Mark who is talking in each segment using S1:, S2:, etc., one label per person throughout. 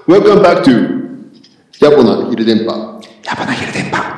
S1: Welcome back to ヤボな昼電波。
S2: ヤボな昼電波。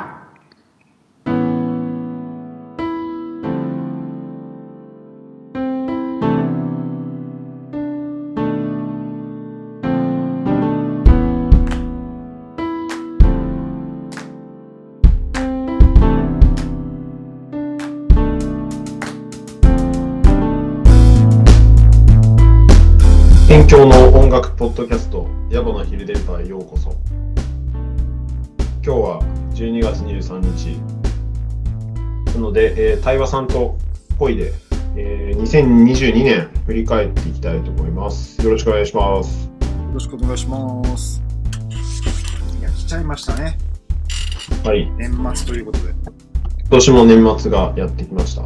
S3: 勉強の音楽ポッドキャスト野暮な昼電波へようこそ。今日は12月23日なので、対話さんと恋で、2022年振り返っていきたいと思います。よろしくお願いします。
S2: よろしくお願いします。いや、来ちゃいましたね。
S3: はい、
S2: 年末ということで
S3: 今年も年末がやってきました。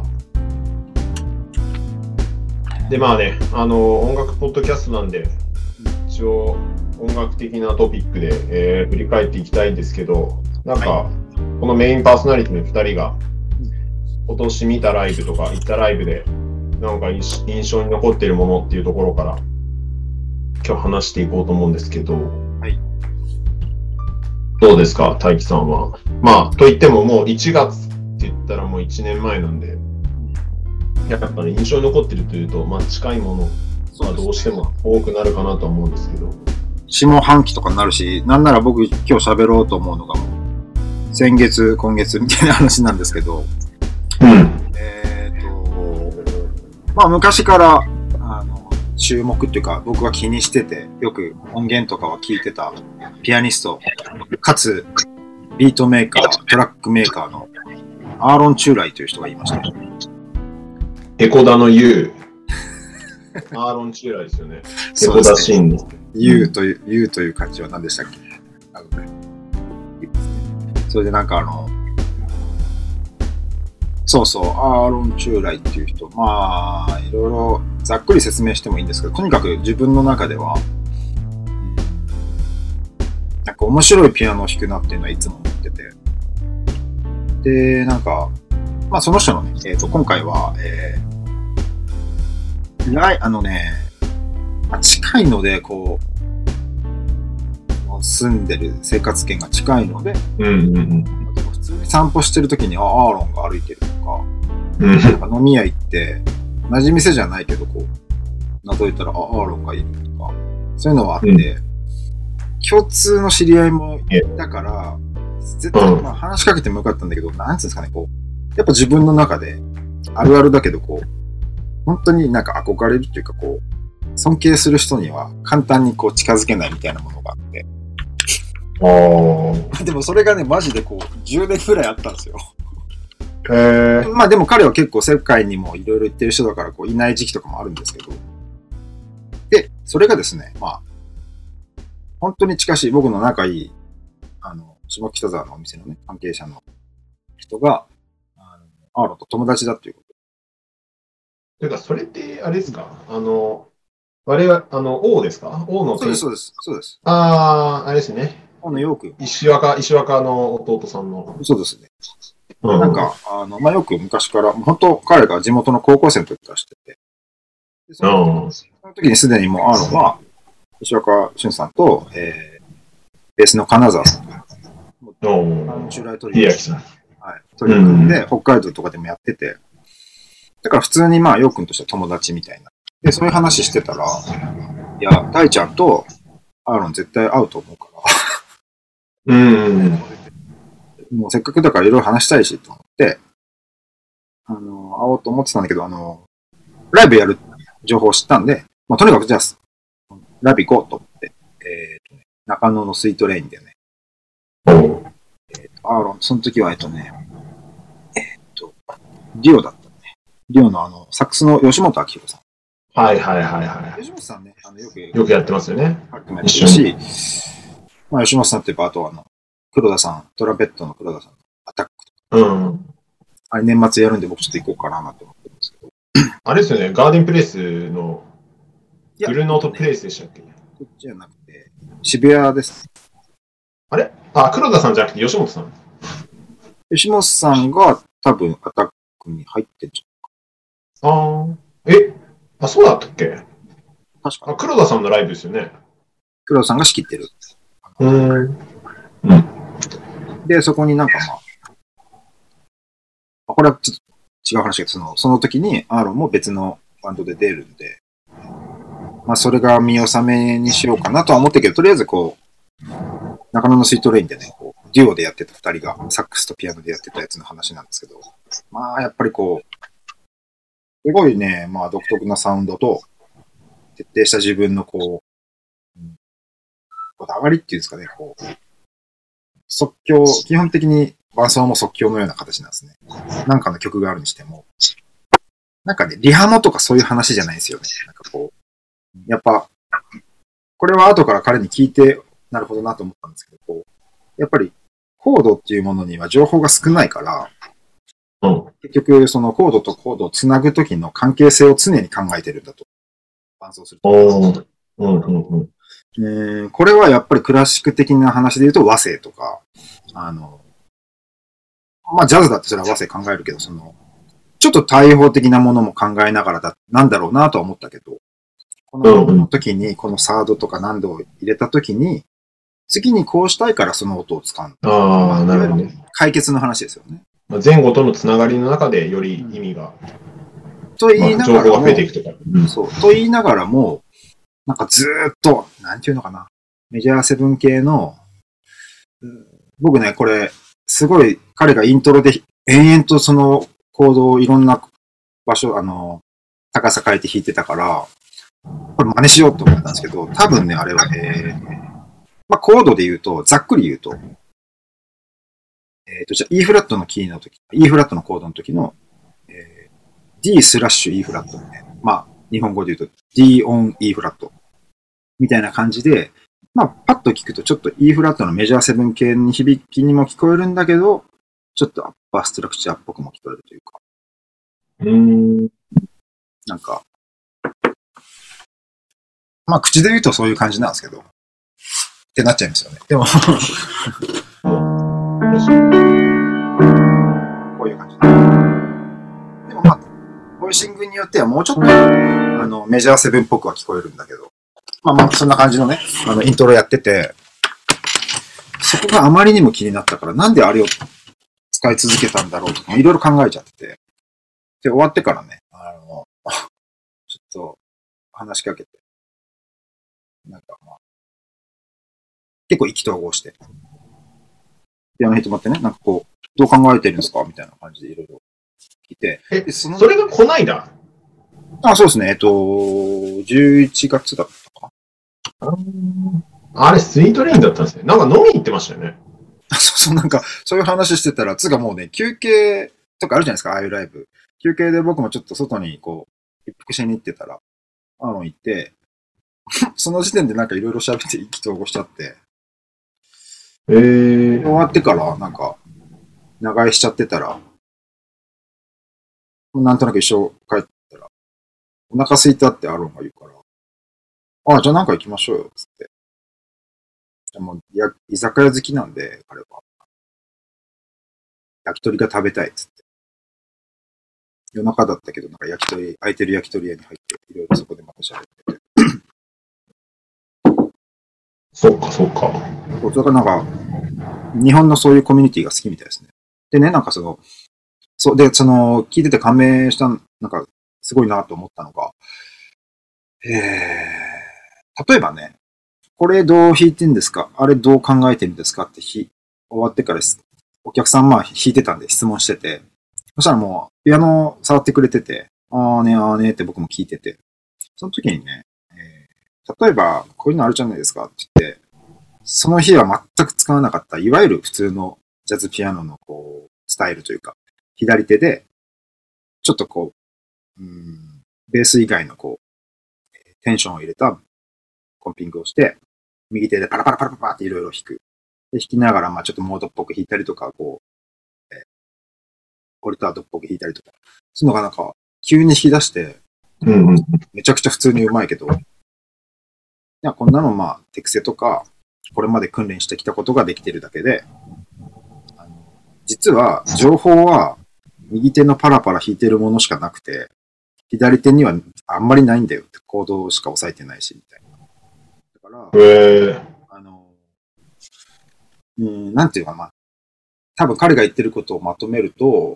S3: でまあね、音楽ポッドキャストなんで一応音楽的なトピックで、振り返っていきたいんですけど、なんか、はい、このメインパーソナリティの2人が今年見たライブとか行ったライブでなんか印象に残っているものっていうところから今日話していこうと思うんですけど、はい、どうですか大輝さんは。まあといってももう1月って言ったらもう1年前なんで、やっぱり印象に残ってるというと、まあ、近いものがどうしても多くなるかなと思うんですけど、
S2: 下半期とかになるし、なんなら僕今日喋ろうと思うのがもう先月今月みたいな話なんですけど、まあ昔から注目っていうか僕は気にしててよく音源とかは聞いてたピアニストかつビートメーカートラックメーカーのアーロン・チューライという人がいました。
S3: エコダの U アーロン・チューライですよね。エコダシーンの
S2: U という漢字は何でしたっけ。それでなんかそうそうアーロン・チューライっていう人、まあいろいろざっくり説明してもいいんですけど、とにかく自分の中ではなんか面白いピアノを弾くなっていうのはいつも思ってて、でなんかまあその人のね、今回は、近いのでこう住んでる生活圏が近いので、普通に散歩してる時にアーロンが歩いてるとか、なんか飲み屋行って同じ店じゃないけどこう覗いたらアーロンがいるとか、そういうのはあって、共通の知り合いもいたから絶対、まあ、話しかけてもよかったんだけど、なんつうんですかね、こうやっぱ自分の中であるあるだけどこう本当になんか憧れるっていうかこう尊敬する人には簡単にこう近づけないみたいなものがあって、でもそれがねマジでこう10年くらいあったんですよ。まあでも彼は結構世界にもいろいろ行ってる人だからこういない時期とかもあるんですけど、でそれがですね、まあ本当に近しい僕の仲いい下北沢のお店のね関係者の人がアーロンと友達だっていうこと。
S3: というかそれってあれですか、我々王ですか？王の
S2: そうです。
S3: あれですね。
S2: 王のヨーク。
S3: 石若の弟さんの。
S2: そうですね。なんかまあよく昔から本当彼が地元の高校生の時から知ってて、でその時にすでにもうアーロンは石若俊さんと、ベースの金沢さんがチューライトリオ取り組んで、北海道とかでもやってて、だから普通にまあヨウ君としては友達みたいな。でそういう話してたら、いや大ちゃんとアーロン絶対会うと思うからもうせっかくだからいろいろ話したいしと思って会おうと思ってたんだけど、ライブやる情報を知ったんで、まあ、とにかくじゃあライブ行こうと思って、中野のスイートレインでね、アーロンその時はリオだった。リオのサックスの吉本明宏さん。吉本さんね、
S3: よくやってますよね。
S2: 一緒に。まあ、吉本さんって言えば、あと黒田さん、トランペットの黒田さんのアタックとか。あれ年末やるんで僕ちょっと行こうかなと思ってるんですけど。
S3: あれですよね、ガーデンプレイスのブルーノートプレイスでしたっけ？
S2: こっちじゃなくて、渋谷です。
S3: あれ？黒田さんじゃなくて吉本さん？
S2: 吉本さんが多分アタックに入ってんじゃん。
S3: そうだったっけ？確か。黒田さんのライブですよね。
S2: 黒田さんが仕切ってる。で、そこになんかこれはちょっと違う話だけど、その時にアーロンも別のバンドで出るんで、それが見納めにしようかなとは思ったけど、とりあえず中野のスイートレインでね、デュオでやってた二人が、サックスとピアノでやってたやつの話なんですけど、やっぱりすごいね、独特なサウンドと、徹底した自分のこだわりっていうんですかね、即興、基本的に伴奏も即興のような形なんですね。なんかの曲があるにしても。なんかね、リハモとかそういう話じゃないんですよね。なんかやっぱ、これは後から彼に聞いて、なるほどなと思ったんですけど、やっぱり、コードっていうものには情報が少ないから、結局、そのコードとコードをつなぐときの関係性を常に考えてるんだと。伴奏すると。これはやっぱりクラシック的な話で言うと和声とか、ジャズだってそれは和声考えるけど、ちょっと対応的なものも考えながらなんだろうなとは思ったけど、この時に、このサードとか何度を入れた時に、次にこうしたいからその音を使う。
S3: なるほどね。
S2: 解決の話ですよね。
S3: 前後とのつながりの中でより意味が、
S2: と言いながらも、
S3: 情報が増えていくとか。
S2: と言いながらも、なんかずーっと、なんていうのかな、メジャーセブン系の、僕ね、これ、すごい彼がイントロで延々とそのコードをいろんな場所、高さ変えて弾いてたから、これ真似しようと思ったんですけど、多分ね、あれは、コードで言うと、ざっくり言うと、じゃあ E フラットのキーの時、E フラットのコードの時の、D スラッシュ E フラットね。日本語で言うと D on E フラット。みたいな感じで、パッと聞くとちょっと E フラットのメジャーセブン系に響きにも聞こえるんだけど、ちょっとアッパーストラクチャーっぽくも聞こえるというか。なんか、口で言うとそういう感じなんですけど、ってなっちゃいますよね。でもこういう感じ。でもボイシングによってはもうちょっと、メジャーセブンっぽくは聞こえるんだけど、そんな感じのね、イントロやってて、そこがあまりにも気になったから、なんであれを使い続けたんだろうとか、いろいろ考えちゃってて。で、終わってからね、ちょっと話しかけて、なんか結構意気投合して。ピアノ弾いてもらってね、なんかどう考えてるんですかみたいな感じでいろいろ聞いて。
S3: それがこないだ？
S2: そうですね。11月だったか
S3: な。あれ、スイートレインだったんですね。なんか飲みに行ってましたよね。
S2: なんか、そういう話してたら、もうね、休憩とかあるじゃないですか、ああいうライブ。休憩で僕もちょっと外に一服しに行ってたら、行って、その時点でなんかいろいろ喋って意気投合しちゃって、終わってから、なんか、長居しちゃってたら、なんとなく一生帰ったら、お腹空いたってアロンが言うから、じゃあなんか行きましょうよ、つって。もう居酒屋好きなんで、彼は。焼き鳥が食べたい、つって。夜中だったけど、なんか空いてる焼き鳥屋に入って、いろいろそこでまた喋ってて。
S3: そうか。
S2: それがなんか、日本のそういうコミュニティが好きみたいですね。でね、なんか聞いてて感銘した、なんか、すごいなと思ったのが、例えばね、これどう弾いてんですか？あれどう考えてるんですか？って終わってからお客さん弾いてたんで質問してて、そしたらもうピアノ触ってくれてて、あーねって僕も聞いてて、その時にね、例えばこういうのあるじゃないですかって言って、その日は全く使わなかった、いわゆる普通のジャズピアノのスタイルというか、左手で、ちょっとベース以外のテンションを入れたコンピングをして、右手でパラパラパラパラっていろいろ弾く。で、弾きながら、ちょっとモードっぽく弾いたりとか、オルタードっぽく弾いたりとか、そういうのがなんか、急に弾き出して、めちゃくちゃ普通にうまいけど、いや、こんなの手癖とか、これまで訓練してきたことができてるだけで、実は、情報は、右手のパラパラ弾いてるものしかなくて、左手にはあんまりないんだよって、コードしか押さえてないし、みたいな。だかから、
S3: へ
S2: なんていうかな、多分彼が言ってることをまとめると、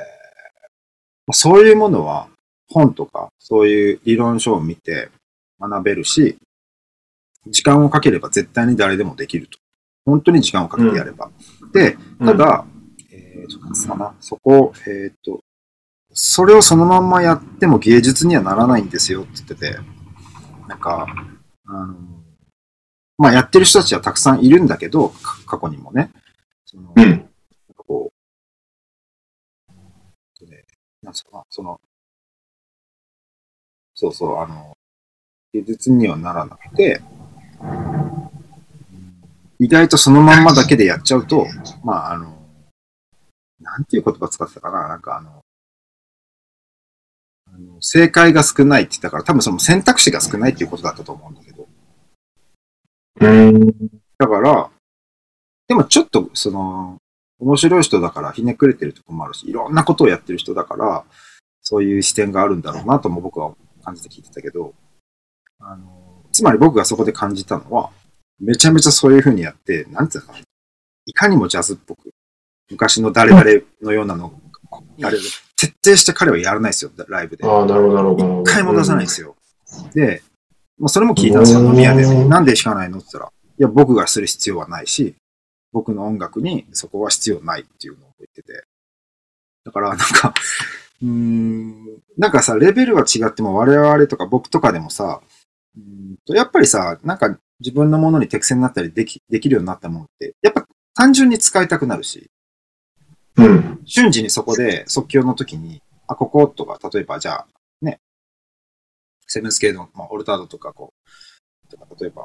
S2: そういうものは本とかそういう理論書を見て学べるし、時間をかければ絶対に誰でもできると。本当に時間をかけてやれば。で、ただ、それをそのまんまやっても芸術にはならないんですよって言ってて、なんか、やってる人たちはたくさんいるんだけど、過去にもね。なんですかな、芸術にはならなくて、意外とそのまんまだけでやっちゃうと、なんていう言葉使ってたかな、正解が少ないって言ったから、多分その選択肢が少ないっていうことだったと思うんだけど。だから、でもちょっと面白い人だからひねくれてるところもあるし、いろんなことをやってる人だから、そういう視点があるんだろうなとも僕は感じて聞いてたけど、つまり僕がそこで感じたのは、めちゃめちゃそういう風にやって、なんていうか、いかにもジャズっぽく、昔の誰々のようなの、徹底して彼はやらないですよ、ライブで。
S3: なるほど、なるほど。
S2: 一回も出さないですよ。で、それも聞いたんですよ、飲み屋で。なんで弾かないのって言ったら、いや、僕がする必要はないし、僕の音楽にそこは必要ないっていうのを言ってて。だから、なんかさ、レベルは違っても我々とか僕とかでもさ、やっぱりさ、なんか自分のものに適正になったりできるようになったものって、やっぱ単純に使いたくなるし、瞬時にそこで即興の時に、こことか、例えばじゃあ、ね、セブンスケードの、オルタードとか例えば、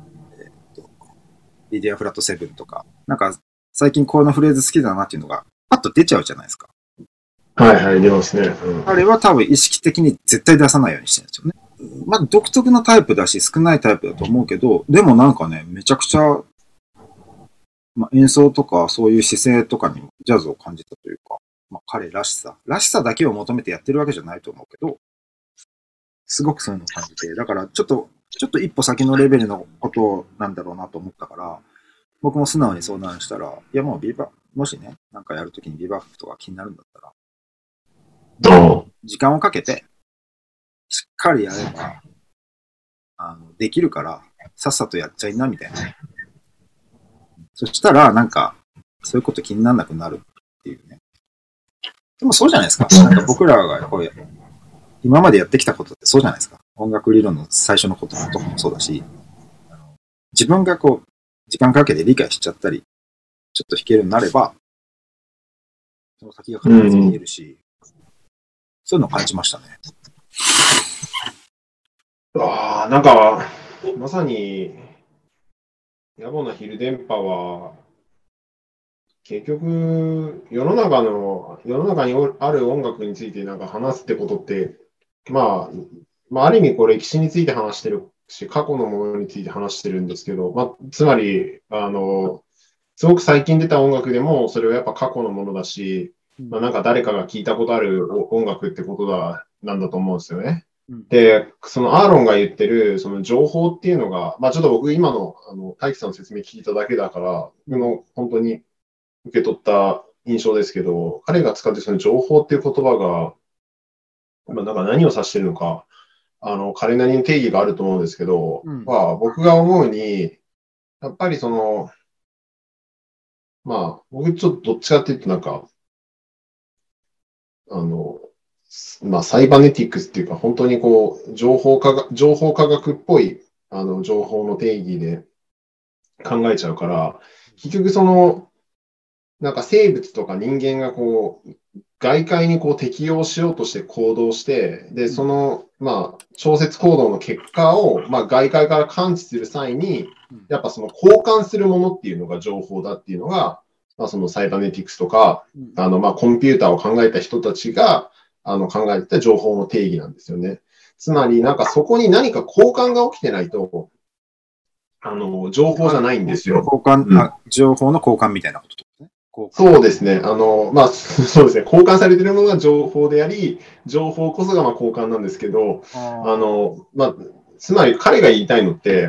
S2: リディアフラットセブンとか、なんか最近このフレーズ好きだなっていうのがパッと出ちゃうじゃないですか。
S3: はいはい、出ますね。
S2: あれは多分意識的に絶対出さないようにしてるんですよね。独特なタイプだし少ないタイプだと思うけど、でもなんかね、めちゃくちゃ、演奏とかそういう姿勢とかにもジャズを感じたというか、彼らしさだけを求めてやってるわけじゃないと思うけど、すごくそういうのを感じて、だからちょっと一歩先のレベルのことなんだろうなと思ったから、僕も素直に相談したら、いやもうもしね、なんかやるときにビバップとか気になるんだったら、時間をかけて、しっかりやれば、できるから、さっさとやっちゃいな、みたいな。そしたら、なんか、そういうこと気にならなくなるっていうね。でもそうじゃないですか。なんか僕らがこう今までやってきたことってそうじゃないですか。音楽理論の最初のこととかもそうだし、自分がこう、時間かけて理解しちゃったり、ちょっと弾けるようになれば、その先が必ず見えるし、そういうのを感じましたね。
S3: なんか、まさに、野暮な昼電波は、結局、世の中にある音楽についてなんか話すってことって、ある意味これ歴史について話してるし、過去のものについて話してるんですけど、つまり、すごく最近出た音楽でも、それはやっぱ過去のものだし、なんか誰かが聞いたことある音楽ってことなんだと思うんですよね。で、そのアーロンが言ってる、その情報っていうのが、ちょっと僕今の、大輝さんの説明聞いただけだから、本当に受け取った印象ですけど、彼が使ってその情報っていう言葉が、なんか何を指してるのか、彼なりの定義があると思うんですけど、僕が思うに、やっぱり僕ちょっとどっちかっていうとなんか、サイバネティクスっていうか、本当にこう、情報科学っぽい、情報の定義で考えちゃうから、結局なんか生物とか人間がこう、外界にこう適応しようとして行動して、で、調節行動の結果を、外界から感知する際に、やっぱその交換するものっていうのが情報だっていうのが、そのサイバネティクスとか、コンピューターを考えた人たちが、考えてた情報の定義なんですよね。つまり、なんかそこに何か交換が起きてないと、情報じゃないんですよ。
S2: 情報の交換みたいなことですね。
S3: そうですね。そうですね。交換されているものが情報であり、情報こそが交換なんですけど、つまり彼が言いたいのって、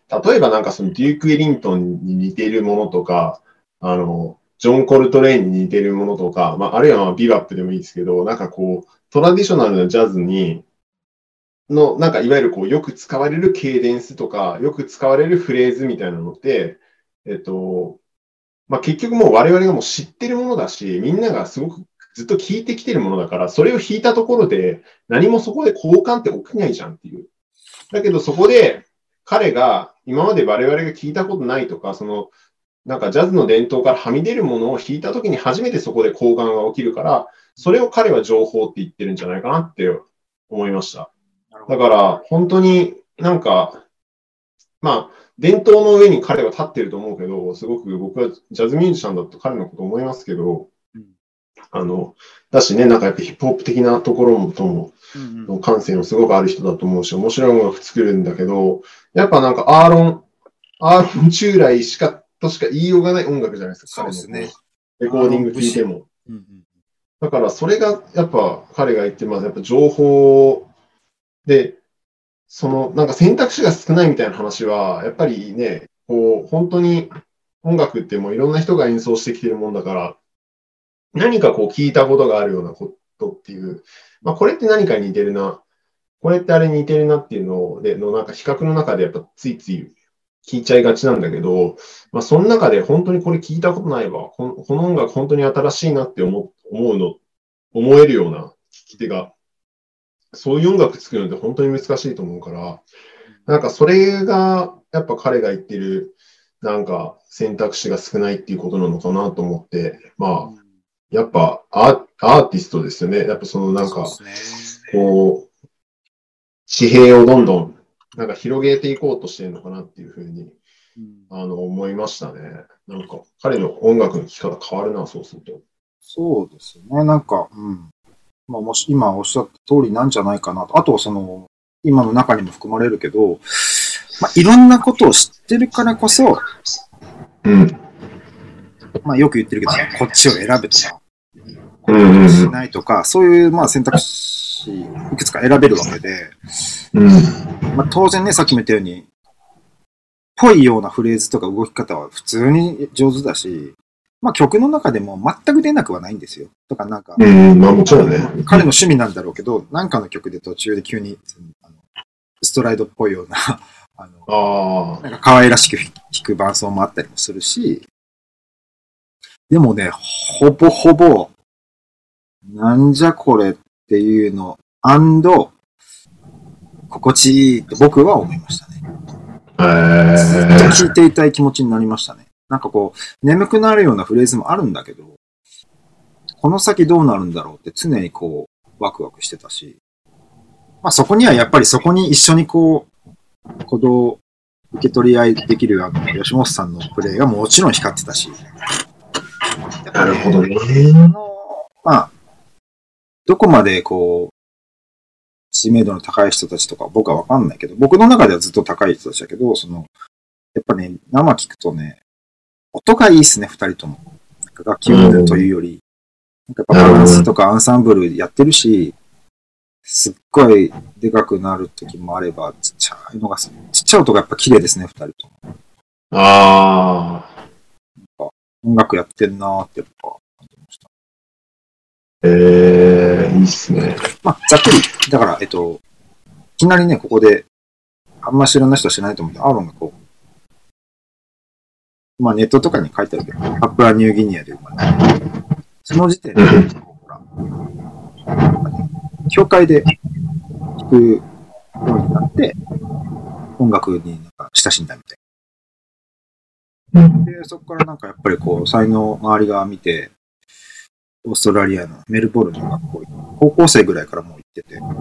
S3: 例えばなんかそのデューク・エリントンに似ているものとか、ジョン・コルトレーンに似ているものとか、まあ、あるいはまあビバップでもいいですけど、なんかこう、トラディショナルなジャズなんかいわゆるこう、よく使われるケイデンスとか、よく使われるフレーズみたいなのって、まあ、結局もう我々がもう知ってるものだし、みんながすごくずっと聞いてきてるものだから、それを弾いたところで、何もそこで交換って起きないじゃんっていう。だけどそこで、彼が今まで我々が聞いたことないとか、なんかジャズの伝統からはみ出るものを弾いたときに初めてそこで交換が起きるから、それを彼は情報って言ってるんじゃないかなって思いました。だから本当になんか、まあ、伝統の上に彼は立ってると思うけど、すごく僕はジャズミュージシャンだと彼のこと思いますけど、だしね、なんかやっぱヒップホップ的なところとの感性もすごくある人だと思うし、面白い音楽作るんだけど、やっぱなんかアーロンチューライとしか言いようがない音楽じゃないですか、
S2: そうですね。
S3: レコーディング聞いても。だからそれがやっぱ彼が言ってます。やっぱ情報で、なんか選択肢が少ないみたいな話は、やっぱりね、こう、本当に音楽ってもういろんな人が演奏してきてるもんだから、何かこう聞いたことがあるようなことっていう、まあこれって何かに似てるな、これってあれに似てるなっていうのなんか比較の中でやっぱついつい聞いちゃいがちなんだけど、まあその中で本当にこれ聞いたことないわ、この音楽本当に新しいなって思えるような聞き手が、そういう音楽作るのって本当に難しいと思うから、なんかそれがやっぱ彼が言ってるなんか選択肢が少ないっていうことなのかなと思って、まあやっぱアーティストですよね。やっぱなんか、こう、地平をどんどんなんか広げていこうとしてるのかなっていうふうに、思いましたね。なんか彼の音楽の聴き方変わるな、そうすると。
S2: そうですね。なんか、まあ、もし今おっしゃった通りなんじゃないかなと。あと、今の中にも含まれるけど、まあ、いろんなことを知ってるからこそ、まあ、よく言ってるけど、こっちを選ぶとか、しないとか、そういう、まあ、選択肢、いくつか選べるわけで、まあ、当然ね、さっきも言ったように、ぽいようなフレーズとか動き方は普通に上手だし、まあ曲の中でも全く出なくはないんですよ。とかなんか、
S3: まあもちろんね。
S2: 彼の趣味なんだろうけど、なんかの曲で途中で急にストライドっぽいような、なんか可愛らしく弾く伴奏もあったりもするし、でもね、ほぼほぼ、なんじゃこれっていうの、心地いいと僕は思いましたね。ずっと聴いていたい気持ちになりましたね。なんかこう、眠くなるようなフレーズもあるんだけど、この先どうなるんだろうって常にこう、ワクワクしてたし、まあそこにはやっぱりそこに一緒にこう、受け取り合いできる吉本さんのプレイがもちろん光ってたし。
S3: なるほどね。
S2: まあ、どこまでこう、知名度の高い人たちとか僕はわかんないけど、僕の中ではずっと高い人たちだけど、やっぱね、生聞くとね、音がいいっすね、二人とも。なんか楽器をというより、なんかバランスとかアンサンブルやってるし、すっごいでかくなる時もあれば、ちっちゃい音がやっぱ綺麗ですね、二人とも。なんか音楽やってんなーってやっぱ感じました。
S3: いいっすね。
S2: まあ、ざっくり、だから、いきなりね、ここで、あんま知らない人は知らないと思うけど、アーロンがこう、まあネットとかに書いてあるけど、パプアニューギニアで生まれた。その時点で、ほら、教会で弾くようになって、音楽になんか親しんだみたいな。で、そこからなんかやっぱりこう、才能周りが見て、オーストラリアのメルボルンの学校、高校生ぐらいからもう行ってて、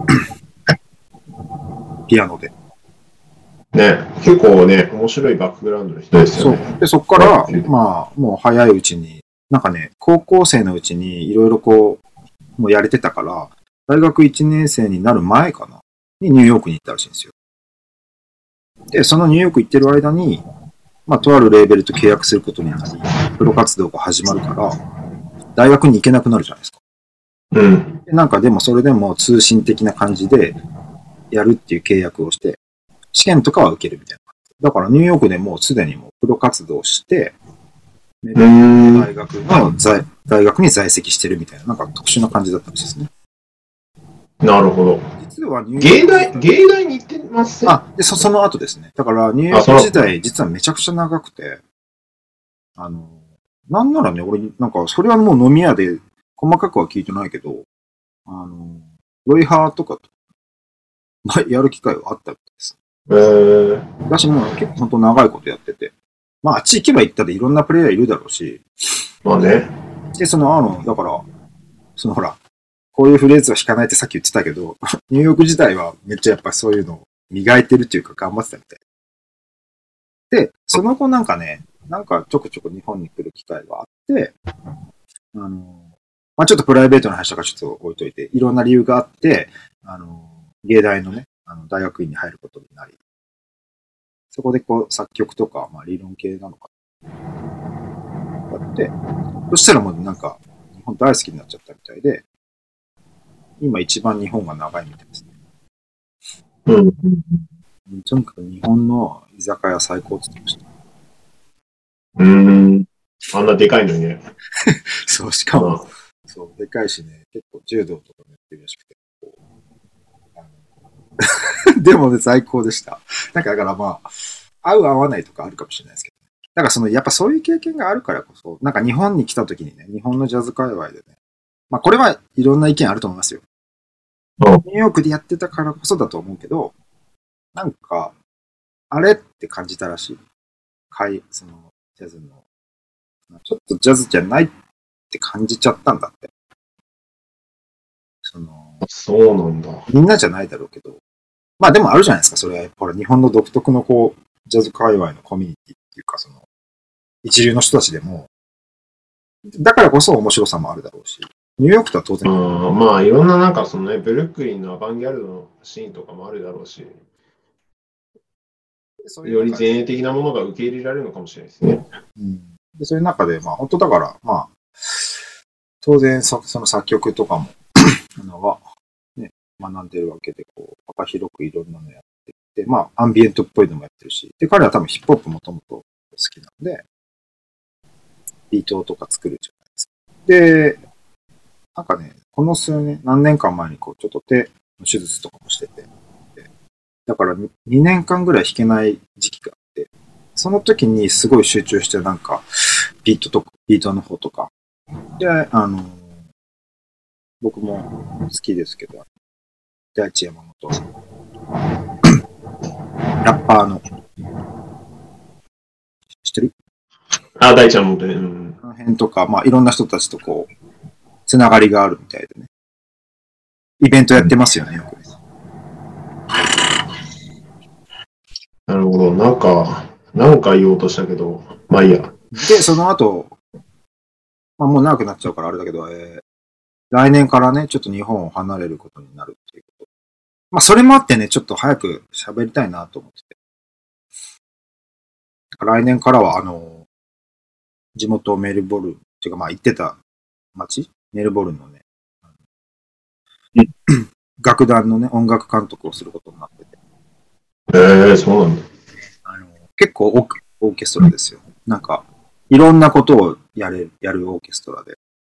S2: ピアノで。
S3: ね、結構ね、面白いバックグラウンドの人ですよね。
S2: そう。で、そこから、まあ、もう早いうちに、なんかね、高校生のうちにいろいろこう、もうやれてたから、大学1年生になる前かな、にニューヨークに行ったらしいんですよ。で、そのニューヨーク行ってる間に、まあ、とあるレーベルと契約することになり、プロ活動が始まるから、大学に行けなくなるじゃないですか。でなんかでもそれでも通信的な感じでやるっていう契約をして、試験とかは受けるみたいだからニューヨークでもうすでにもうプロ活動して、大学に在籍してるみたいな、なんか特殊な感じだったらしいですね。
S3: なるほど。
S2: 実はニューヨーク
S3: 芸大に行ってますね。
S2: で、その後ですね。だからニューヨーク時代、実はめちゃくちゃ長くて、なんならね、俺、なんか、それはもう飲み屋で、細かくは聞いてないけど、ロイハーとかと、やる機会はあったみたいです。私も結構本当長いことやってて、まあ、あっち行けば行ったでいろんなプレイヤーいるだろうし、
S3: まあね。
S2: で、だから、ほら、こういうフレーズは弾かないってさっき言ってたけど、ニューヨーク時代はめっちゃやっぱりそういうのを磨いてるっていうか頑張ってたみたい。で、その後なんかね、なんかちょくちょく日本に来る機会があって、まあちょっとプライベートな話とかちょっと置いといて、いろんな理由があって、芸大のね、大学院に入ることになり、そこでこう作曲とか、まあ理論系なのか、やって、そしたらもうなんか日本大好きになっちゃったみたいで、今一番日本が長いみたいですね。とにかく日本の居酒屋最高って言ってました。
S3: あんなでかいのにね。
S2: そう、しかも、そう、でかいしね、結構柔道とかもやってるらしくて。でもね、最高でした。だからまあ、合う合わないとかあるかもしれないですけどね。だからやっぱそういう経験があるからこそ、なんか日本に来た時にね、日本のジャズ界隈でね、まあこれはいろんな意見あると思いますよ。ニューヨークでやってたからこそだと思うけど、なんか、あれって感じたらしい。ジャズの、ちょっとジャズじゃないって感じちゃったんだって。
S3: そうなんだ。
S2: みんなじゃないだろうけど。まあでもあるじゃないですか、それは。ほら、日本の独特のこう、ジャズ界隈のコミュニティっていうか、一流の人たちでも、だからこそ面白さもあるだろうし、ニューヨークとは当然。
S3: まあいろんななんかブルックリンのアバンギャルドのシーンとかもあるだろうし、より前衛的なものが受け入れられるのかもしれないですね。
S2: でそういう中で、まあ本当だから、まあ、当然その作曲とかもは、ね、学んでるわけで、こう、幅広くいろんなのやってて、まあアンビエントっぽいのもやってるし、で、彼は多分ヒップホップもともと好きなんで、ビートとか作るじゃないですか。で、なんかね、この何年間前にこう、ちょっと手の手術とかもしてて、だから2年間ぐらい弾けない時期があって、その時にすごい集中してなんか、ビートの方とか。で、僕も好きですけど、大地山本。ラッパーの。知ってる？
S3: 大地山本ね。
S2: この辺とか、まあいろんな人たちとこう、つながりがあるみたいでね。イベントやってますよね、よく。
S3: なるほど。なんか言おうとしたけど、まあいいや。
S2: で、その後、まあもう長くなっちゃうからあれだけど、来年からね、ちょっと日本を離れることになるっていうこと。まあそれもあってね、ちょっと早く喋りたいなと思ってて。来年からは地元メルボルン、っていうかまあ行ってた町メルボルンのね、楽団のね、音楽監督をすることになってて。
S3: そうなんだ。
S2: 結構オーケストラですよ。なんか、いろんなことをやるオーケストラで。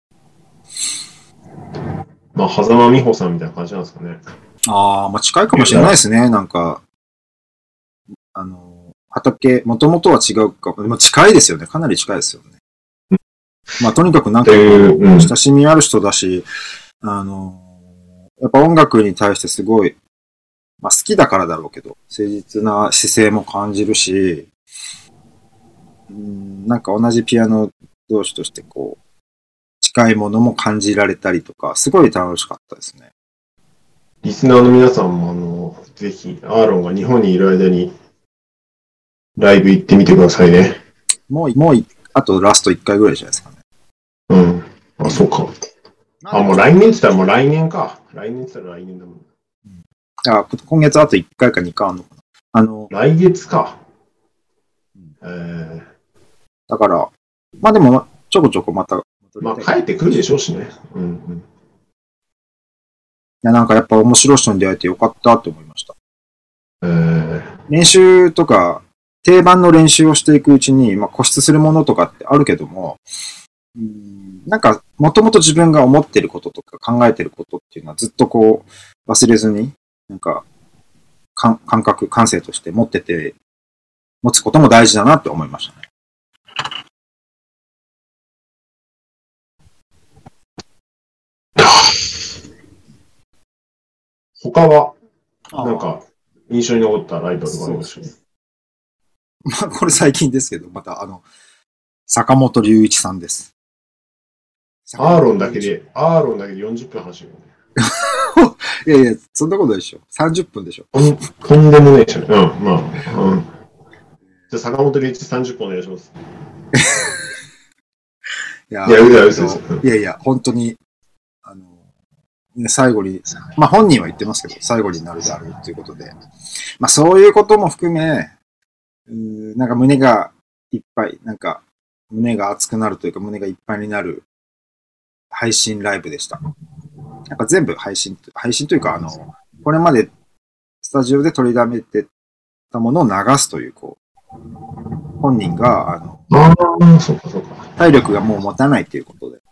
S3: まあ、狭間美穂さんみたいな感じなんですかね。
S2: まあ近いかもしれないですね。なんか、畑、もともとは違うか、でも近いですよね。かなり近いですよね。まあとにかくなんか、親しみある人だし、やっぱ音楽に対してすごい、まあ好きだからだろうけど、誠実な姿勢も感じるし、なんか同じピアノ同士としてこう、近いものも感じられたりとか、すごい楽しかったですね。
S3: リスナーの皆さんもぜひ、アーロンが日本にいる間に、ライブ行ってみてくださいね。
S2: もうあとラスト1回ぐらいじゃないですかね。
S3: あ、そうか。もう来年って言ったらもう来年か。来年って言ったら来年だもん。
S2: 今月あと1回か2回あるのかな。
S3: 来月か。
S2: だから、まあでも、ちょこちょこまた。
S3: まあ帰ってくるでしょうしね。い
S2: や、なんかやっぱ面白い人に出会えてよかったって思いました。練習とか定番の練習をしていくうちに、まあ、固執するものとかってあるけども、なんか、もともと自分が思ってることとか考えてることっていうのはずっとこう、忘れずに、なんか、感性として持つことも大事だなって思いましたね。
S3: 他は、なんか、印象に残ったライバルがありましたね。
S2: まあ、これ最近ですけど、また坂本龍一さんです。
S3: アーロンだけで40分話してるよね。
S2: いやいや、そんなことないでしょ。30分でしょ。
S3: とんでもないでしょ。まあ、じゃあ坂本龍一30分お願いします。
S2: いや、本当に、最後に、まあ本人は言ってますけど、最後になるであるということで、まあそういうことも含め、なんか胸がいっぱい、なんか胸が熱くなるというか胸がいっぱいになる配信ライブでした。なんか全部配信というか、これまでスタジオで取りだめてたものを流すという、こう、本人が、
S3: そうか。
S2: 体力がもう持たないということで。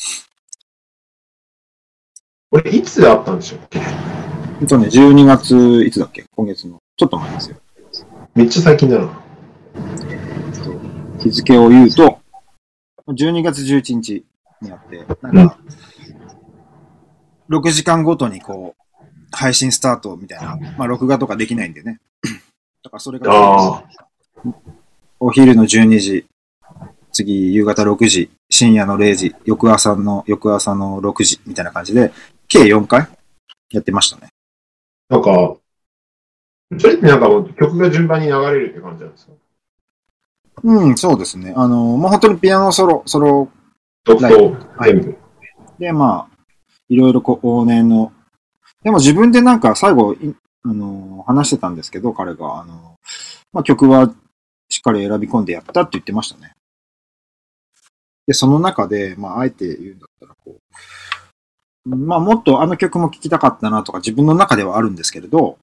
S3: これいつあったんでしょうっけ
S2: ？12月、いつだっけ？今月の。ちょっと前ですよ。
S3: めっちゃ最近だな。
S2: 日付を言うと、12月11日にあって、なんか、6時間ごとにこう、配信スタートみたいな、まあ録画とかできないんでね。だからそれが、お昼の12時、次夕方6時、深夜の0時、翌朝の6時みたいな感じで、計4回やってましたね。
S3: なんか、それってなんか曲が順番に流れるって感じなんですか？
S2: そうですね。もう本当にピアノソロ
S3: ライブ。全部。
S2: で、まあ、いろいろこう、往年の、でも自分でなんか最後、話してたんですけど、彼が、まあ曲はしっかり選び込んでやったって言ってましたね。で、その中で、まあ、あえて言うんだったら、こう、まあ、もっとあの曲も聴きたかったなとか自分の中ではあるんですけれど、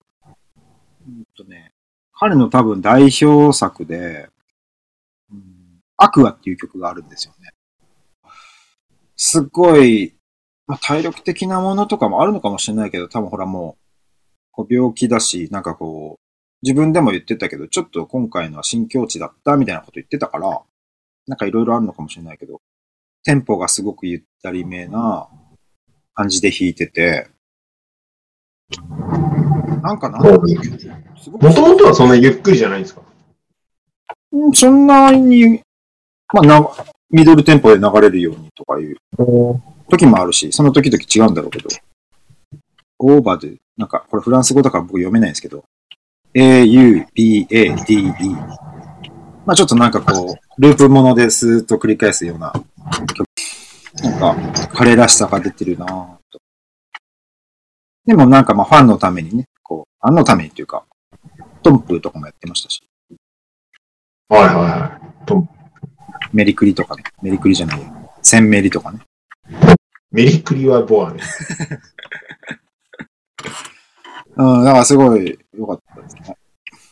S2: 彼の多分代表作で、アクアっていう曲があるんですよね。すっごい、まあ、体力的なものとかもあるのかもしれないけど、多分ほらもう、こう病気だし、なんかこう、自分でも言ってたけど、ちょっと今回のは新境地だったみたいなこと言ってたから、なんかいろいろあるのかもしれないけど、テンポがすごくゆったりめな感じで弾いてて、なんかもと
S3: もとはそんなゆっくりじゃないんですか？
S2: そんなに、まあミドルテンポで流れるようにとかいう時もあるし、その時々違うんだろうけど、オーバーで、なんかこれフランス語だから僕読めないんですけど、A-U-B-A-D-E。まあちょっとなんかこう、ループものでスーッと繰り返すような曲。なんか、彼らしさが出てるなぁと。でもなんかまあファンのためにね、こう、ファンのためにっていうか、トンプとかもやってましたし。
S3: トンプ。
S2: メリクリとかね。メリクリじゃないよ。センメリとかね。
S3: メリクリはボアね。
S2: だからすごい良かったですね。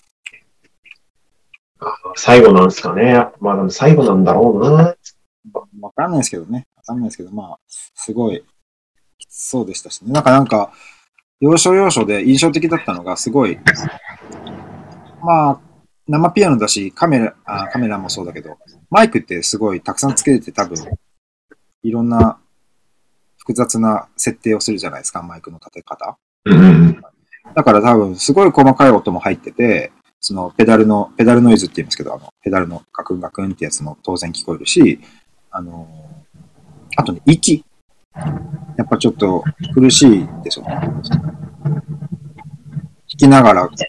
S3: 最後なんですかね。まあでも最後なんだろうな。
S2: わかんないですけどね。まあ、すごい、きつそうでしたしね。なんか、要所要所で印象的だったのが、すごい、まあ、生ピアノだし、カメラもそうだけど、マイクってすごいたくさんつけて多分、いろんな複雑な設定をするじゃないですか、マイクの立て方。だから多分、すごい細かい音も入ってて、そのペダルノイズって言いますけど、ペダルのガクンガクンってやつも当然聞こえるし、あとね、息。やっぱちょっと苦しいでしょうね。弾きながら、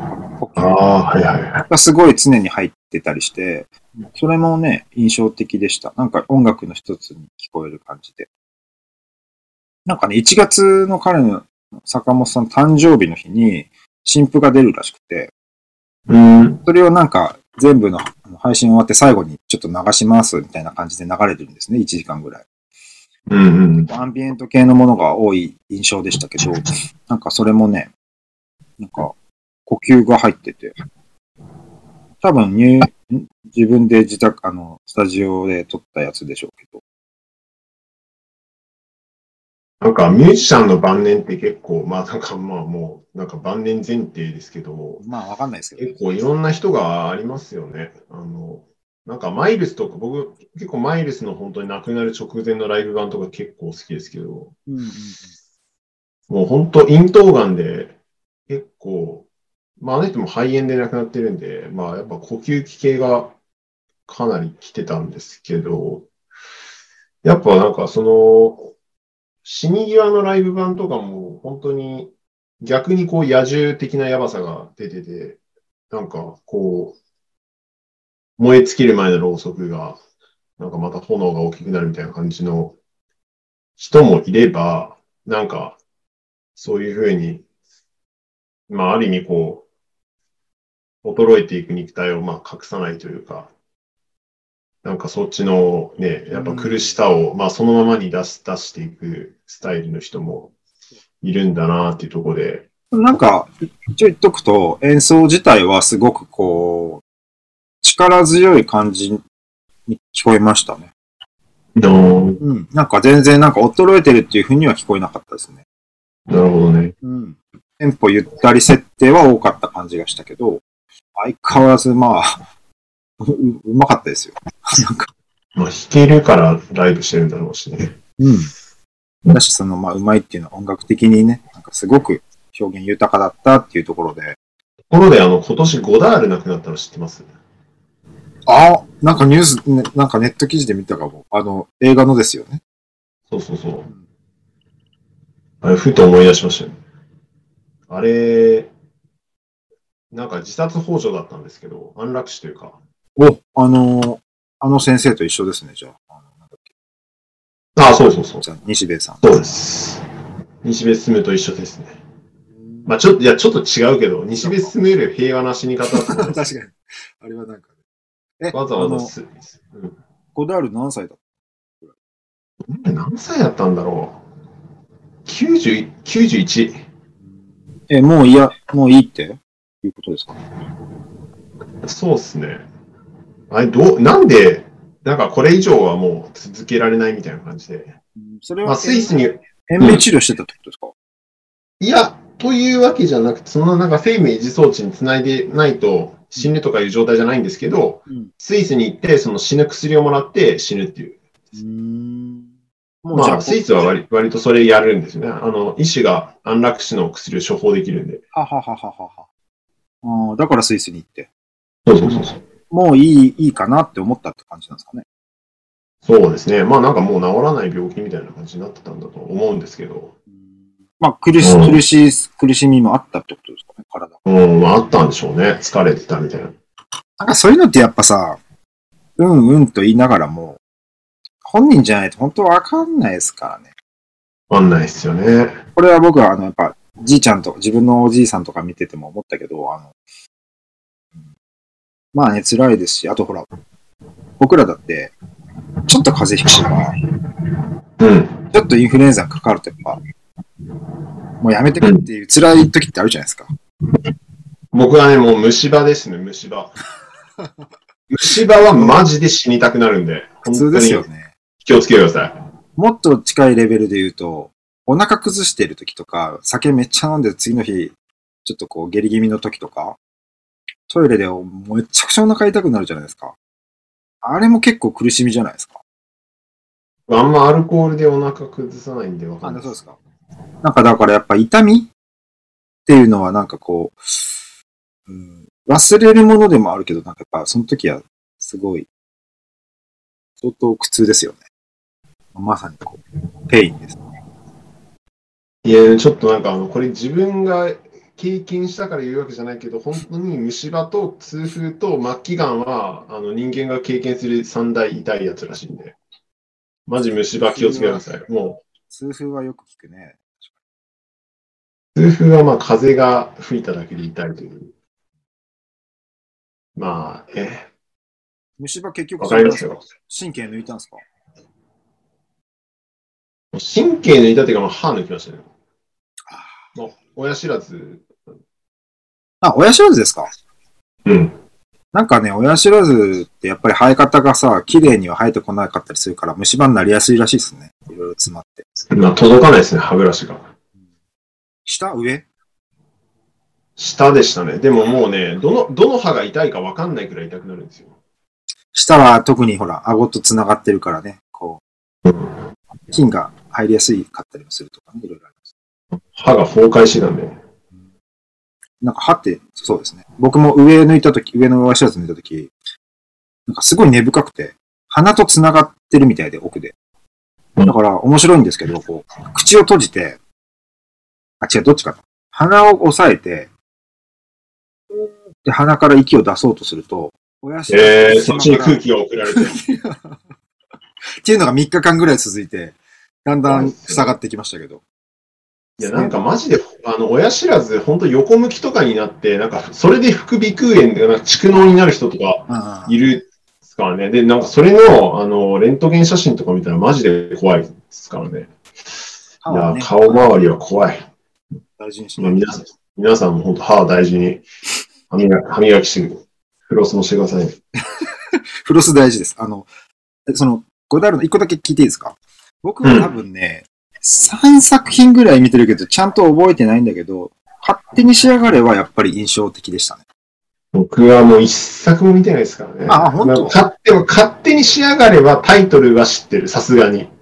S2: がすごい常に入ってたりして、それもね、印象的でした。なんか音楽の一つに聞こえる感じで。なんかね、1月の彼の坂本さん誕生日の日に新譜が出るらしくて、それをなんか全部の配信終わって最後にちょっと流しますみたいな感じで流れてるんですね、1時間ぐらい。アンビエント系のものが多い印象でしたけど、なんかそれもね、なんか呼吸が入ってて、 多分自分で自宅、スタジオで撮ったやつでしょうけど。
S3: なんかミュージシャンの晩年って結構、まあなんかまあもう、なんか晩年前提ですけど、
S2: まあわかんないですけど、
S3: 結構いろんな人がありますよね。なんかマイルスとか、僕結構マイルスの本当に亡くなる直前のライブ版とか結構好きですけど、
S2: うんうんうん、
S3: もう本当咽頭がんで結構、まああの人も肺炎で亡くなってるんで、まあやっぱ呼吸器系がかなり来てたんですけど、やっぱなんかその、死に際のライブ版とかも本当に逆にこう野獣的なやばさが出てて、なんかこう、燃え尽きる前のろうそくが、なんかまた炎が大きくなるみたいな感じの人もいれば、なんかそういうふうに、まあある意味こう、衰えていく肉体をまあ隠さないというか、なんかそっちのね、やっぱ苦しさをまあそのままに出していくスタイルの人もいるんだなっていうところで。
S2: なんか、一応言っとくと、演奏自体はすごくこう、力強い感じに聞こえましたね。うん。なんか全然なんか衰えてるっていう風には聞こえなかったですね。
S3: なるほどね。
S2: うん。テンポゆったり設定は多かった感じがしたけど、相変わらずまあ、うまかったですよ。なんか。
S3: まあ弾けるからライブしてるんだろうしね。
S2: うん。だし、そのまあ、うまいっていうのは音楽的にね、なんかすごく表現豊かだったっていうところで。
S3: ところで今年ゴダール亡くなったの知ってます？
S2: あ、なんかニュース、ね、なんかネット記事で見たかも。映画のですよね。
S3: そうそうそう。あれ、ふと思い出しましたよ。あれ、なんか自殺幇助だったんですけど、安楽死というか。
S2: 先生と一緒ですね、じゃあ。なんだっけ。
S3: ああ、そうそうそう。
S2: じゃあ、西部さん。
S3: そうです。西部進と一緒ですね。まあちょっと違うけど、西部進より平和な死に方だと思います。
S2: 確かに。あれはなんか、
S3: わざわざ
S2: ゴダール何歳だった？
S3: 何歳だったんだろう。91。
S2: もういいっていうことですか？
S3: そうですね。あれ、なんで、なんかこれ以上はもう続けられないみたいな感じで。
S2: それは、
S3: まあ、スイスに。
S2: 延命治療してたってことですか？
S3: いや、というわけじゃなくて、そのなんか生命維持装置につないでないと死ぬとかいう状態じゃないんですけど、スイスに行ってその死ぬ薬をもらって死ぬっていう。まあ、スイスは割とそれやるんですよね。医師が安楽死の薬を処方できるんで。
S2: だからスイスに行って。
S3: そう。
S2: もういいかなって思ったって感じなんですかね。
S3: そうですね。まあなんかもう治らない病気みたいな感じになってたんだと思うんですけど。
S2: まあ苦しみもあったってことですかね、体。
S3: まああったんでしょうね。疲れてたみたいな。
S2: なんかそういうのってやっぱさ、と言いながらも、本人じゃないと本当わかんないですからね。
S3: わかんないですよね。
S2: これは僕はやっぱ、じいちゃんと、自分のおじいさんとか見てても思ったけど、まあね、辛いですし、あとほら、僕らだって、ちょっと風邪ひくとか、ちょっとインフルエンザにかかるとやっぱ、もうやめてくっていう辛い時ってあるじゃないですか。
S3: 僕はね、もう虫歯ですね、虫歯。虫歯はマジで死にたくなるんで、
S2: 普通ですよね。
S3: 気をつけてください。
S2: もっと近いレベルで言うと、お腹崩してる時とか、酒めっちゃ飲んで次の日、ちょっとこう下痢気味の時とか、トイレでめちゃくちゃお腹痛くなるじゃないですか。あれも結構苦しみじゃないですか。
S3: あんまアルコールでお腹崩さないんでわかんない。
S2: そうですか。なんかだからやっぱ痛みっていうのはなんかこう、忘れるものでもあるけど、なんかやっぱその時はすごい、相当苦痛ですよね。まさにこう、ペインですね。
S3: いや、ちょっとなんかこれ自分が経験したから言うわけじゃないけど、本当に虫歯と痛風と末期がんは人間が経験する三大痛いやつらしいんで。マジ虫歯気をつけてください。もう。
S2: 痛風はよく聞くね。
S3: 痛風はまあ風が吹いただけで痛いという。まあ、
S2: 虫歯結局
S3: わかりますよ。
S2: 神経抜いたんですか？
S3: 神経抜いたっていうか、まあ、歯抜きましたね。もう親知らず。
S2: 親知らずですか？
S3: うん。
S2: なんかね、親知らずってやっぱり生え方がさ、綺麗には生えてこなかったりするから虫歯になりやすいらしいですね。いろいろ詰まって。
S3: まあ、届かないですね、歯ブラシが。
S2: 下上
S3: 下でしたね。でももうね、どの歯が痛いか分かんないくらい痛くなるんですよ。
S2: 下は特にほら、顎と繋がってるからね、こう、菌が入りやすいかったりもするとかね、いろいろあります。
S3: 歯が崩壊してたんで。
S2: なんか歯って、そうですね。僕も上の親知らず抜いたとき、なんかすごい根深くて、鼻と繋がってるみたいで、奥で。だから面白いんですけど、こう、口を閉じて、違う、どっちかな。鼻を押さえて、で、鼻から息を出そうとすると、親知らず
S3: そっちに空気が送られて。
S2: っていうのが3日間ぐらい続いて、だんだん塞がってきましたけど。
S3: いや、なんかマジで、親知らず、本当横向きとかになって、なんか、それで副鼻腔炎で、なんか蓄膿になる人とかいるですからね。で、なんか、それの、レントゲン写真とか見たらマジで怖いですからね。いや、顔周りは怖い。
S2: 大事にしない。
S3: 皆さんも本当歯は大事に、歯磨きして、フロスもしてくださいね。
S2: フロス大事です。ゴダールの1個だけ聞いていいですか？僕は多分ね、3作品ぐらい見てるけど、ちゃんと覚えてないんだけど、勝手に仕上がれはやっぱり印象的でしたね。
S3: 僕はもう一作も見てないですからね。
S2: 本当？
S3: 勝手に仕上がればタイトルは知ってる、さすがに。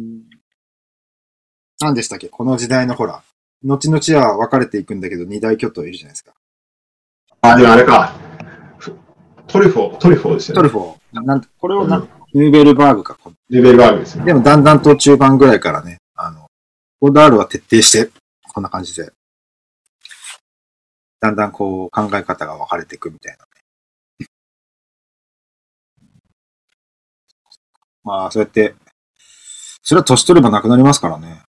S2: 何でしたっけ？この時代のほら、後々は分かれていくんだけど、二大巨頭いるじゃないですか。
S3: でもあれか。トリュフォーですよね。
S2: トリュフォー。これをニューベルバーグか。
S3: ニューベルバーグですよね。
S2: でもだんだんと中盤ぐらいからね、ゴダールは徹底して、こんな感じで、だんだんこう考え方が分かれていくみたいなね。まあ、そうやって、それは年取ればなくなりますからね。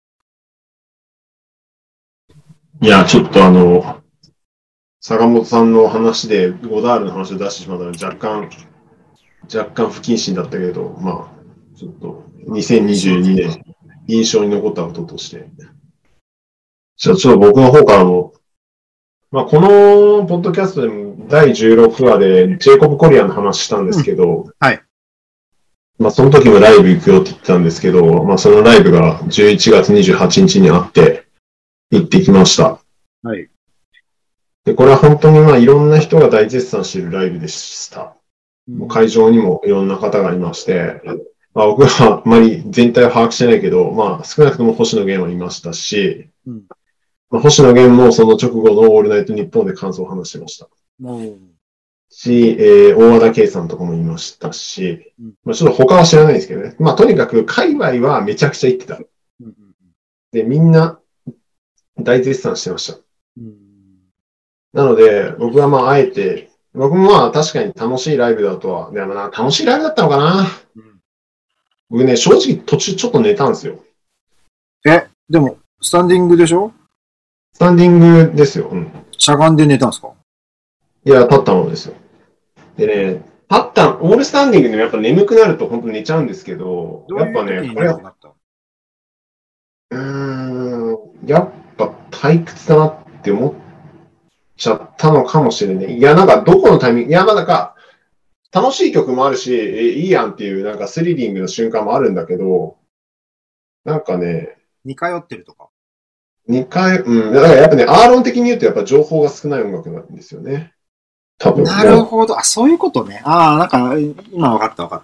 S3: いや、ちょっと坂本さんの話で、ゴダールの話を出してしまったので、若干不謹慎だったけど、まあ、ちょっと、2022年、印象に残ったこととして。じゃあ、ちょっと僕の方からも、まあ、このポッドキャストでも第16話でジェイコブ・コリアンの話したんですけど、
S2: はい。
S3: まあ、その時もライブ行くよって言ってたんですけど、まあ、そのライブが11月28日にあって、行ってきました。
S2: はい。
S3: で、これは本当にまあ、いろんな人が大絶賛しているライブでした。もう会場にもいろんな方がいまして、まあ、僕はあまり全体を把握してないけど、まあ、少なくとも星野源はいましたし、まあ、星野源もその直後のオールナイトニッポンで感想を話してました。大和田圭さんとかもいましたし、まあ、ちょっと他は知らないですけどね。まあ、とにかく界隈はめちゃくちゃ行ってた。で、みんな大絶賛してました。なので、僕はまあ、あえて、僕もまあ確かに楽しいライブだとは、でもな、楽しいライブだったのかな。僕ね、正直途中ちょっと寝たんですよ。
S2: でも、スタンディングでしょ？
S3: スタンディングですよ。
S2: しゃがんで寝たんですか？
S3: いや、立ったものですよ。でね、オールスタンディングでやっぱ眠くなると本当に寝ちゃうんですけど、やっぱね、これは、やっぱ退屈だなって思っちゃったのかもしれない。いや、なんかどこのタイミング、いや、まあなんか、楽しい曲もあるし、いいやんっていうなんかスリリングの瞬間もあるんだけど、なんかね、
S2: 似通ってるとか。
S3: だからやっぱね、アーロン的に言うとやっぱ情報が少ない音楽なんですよね。多分。
S2: なるほど。そういうことね。なんか、今分かった。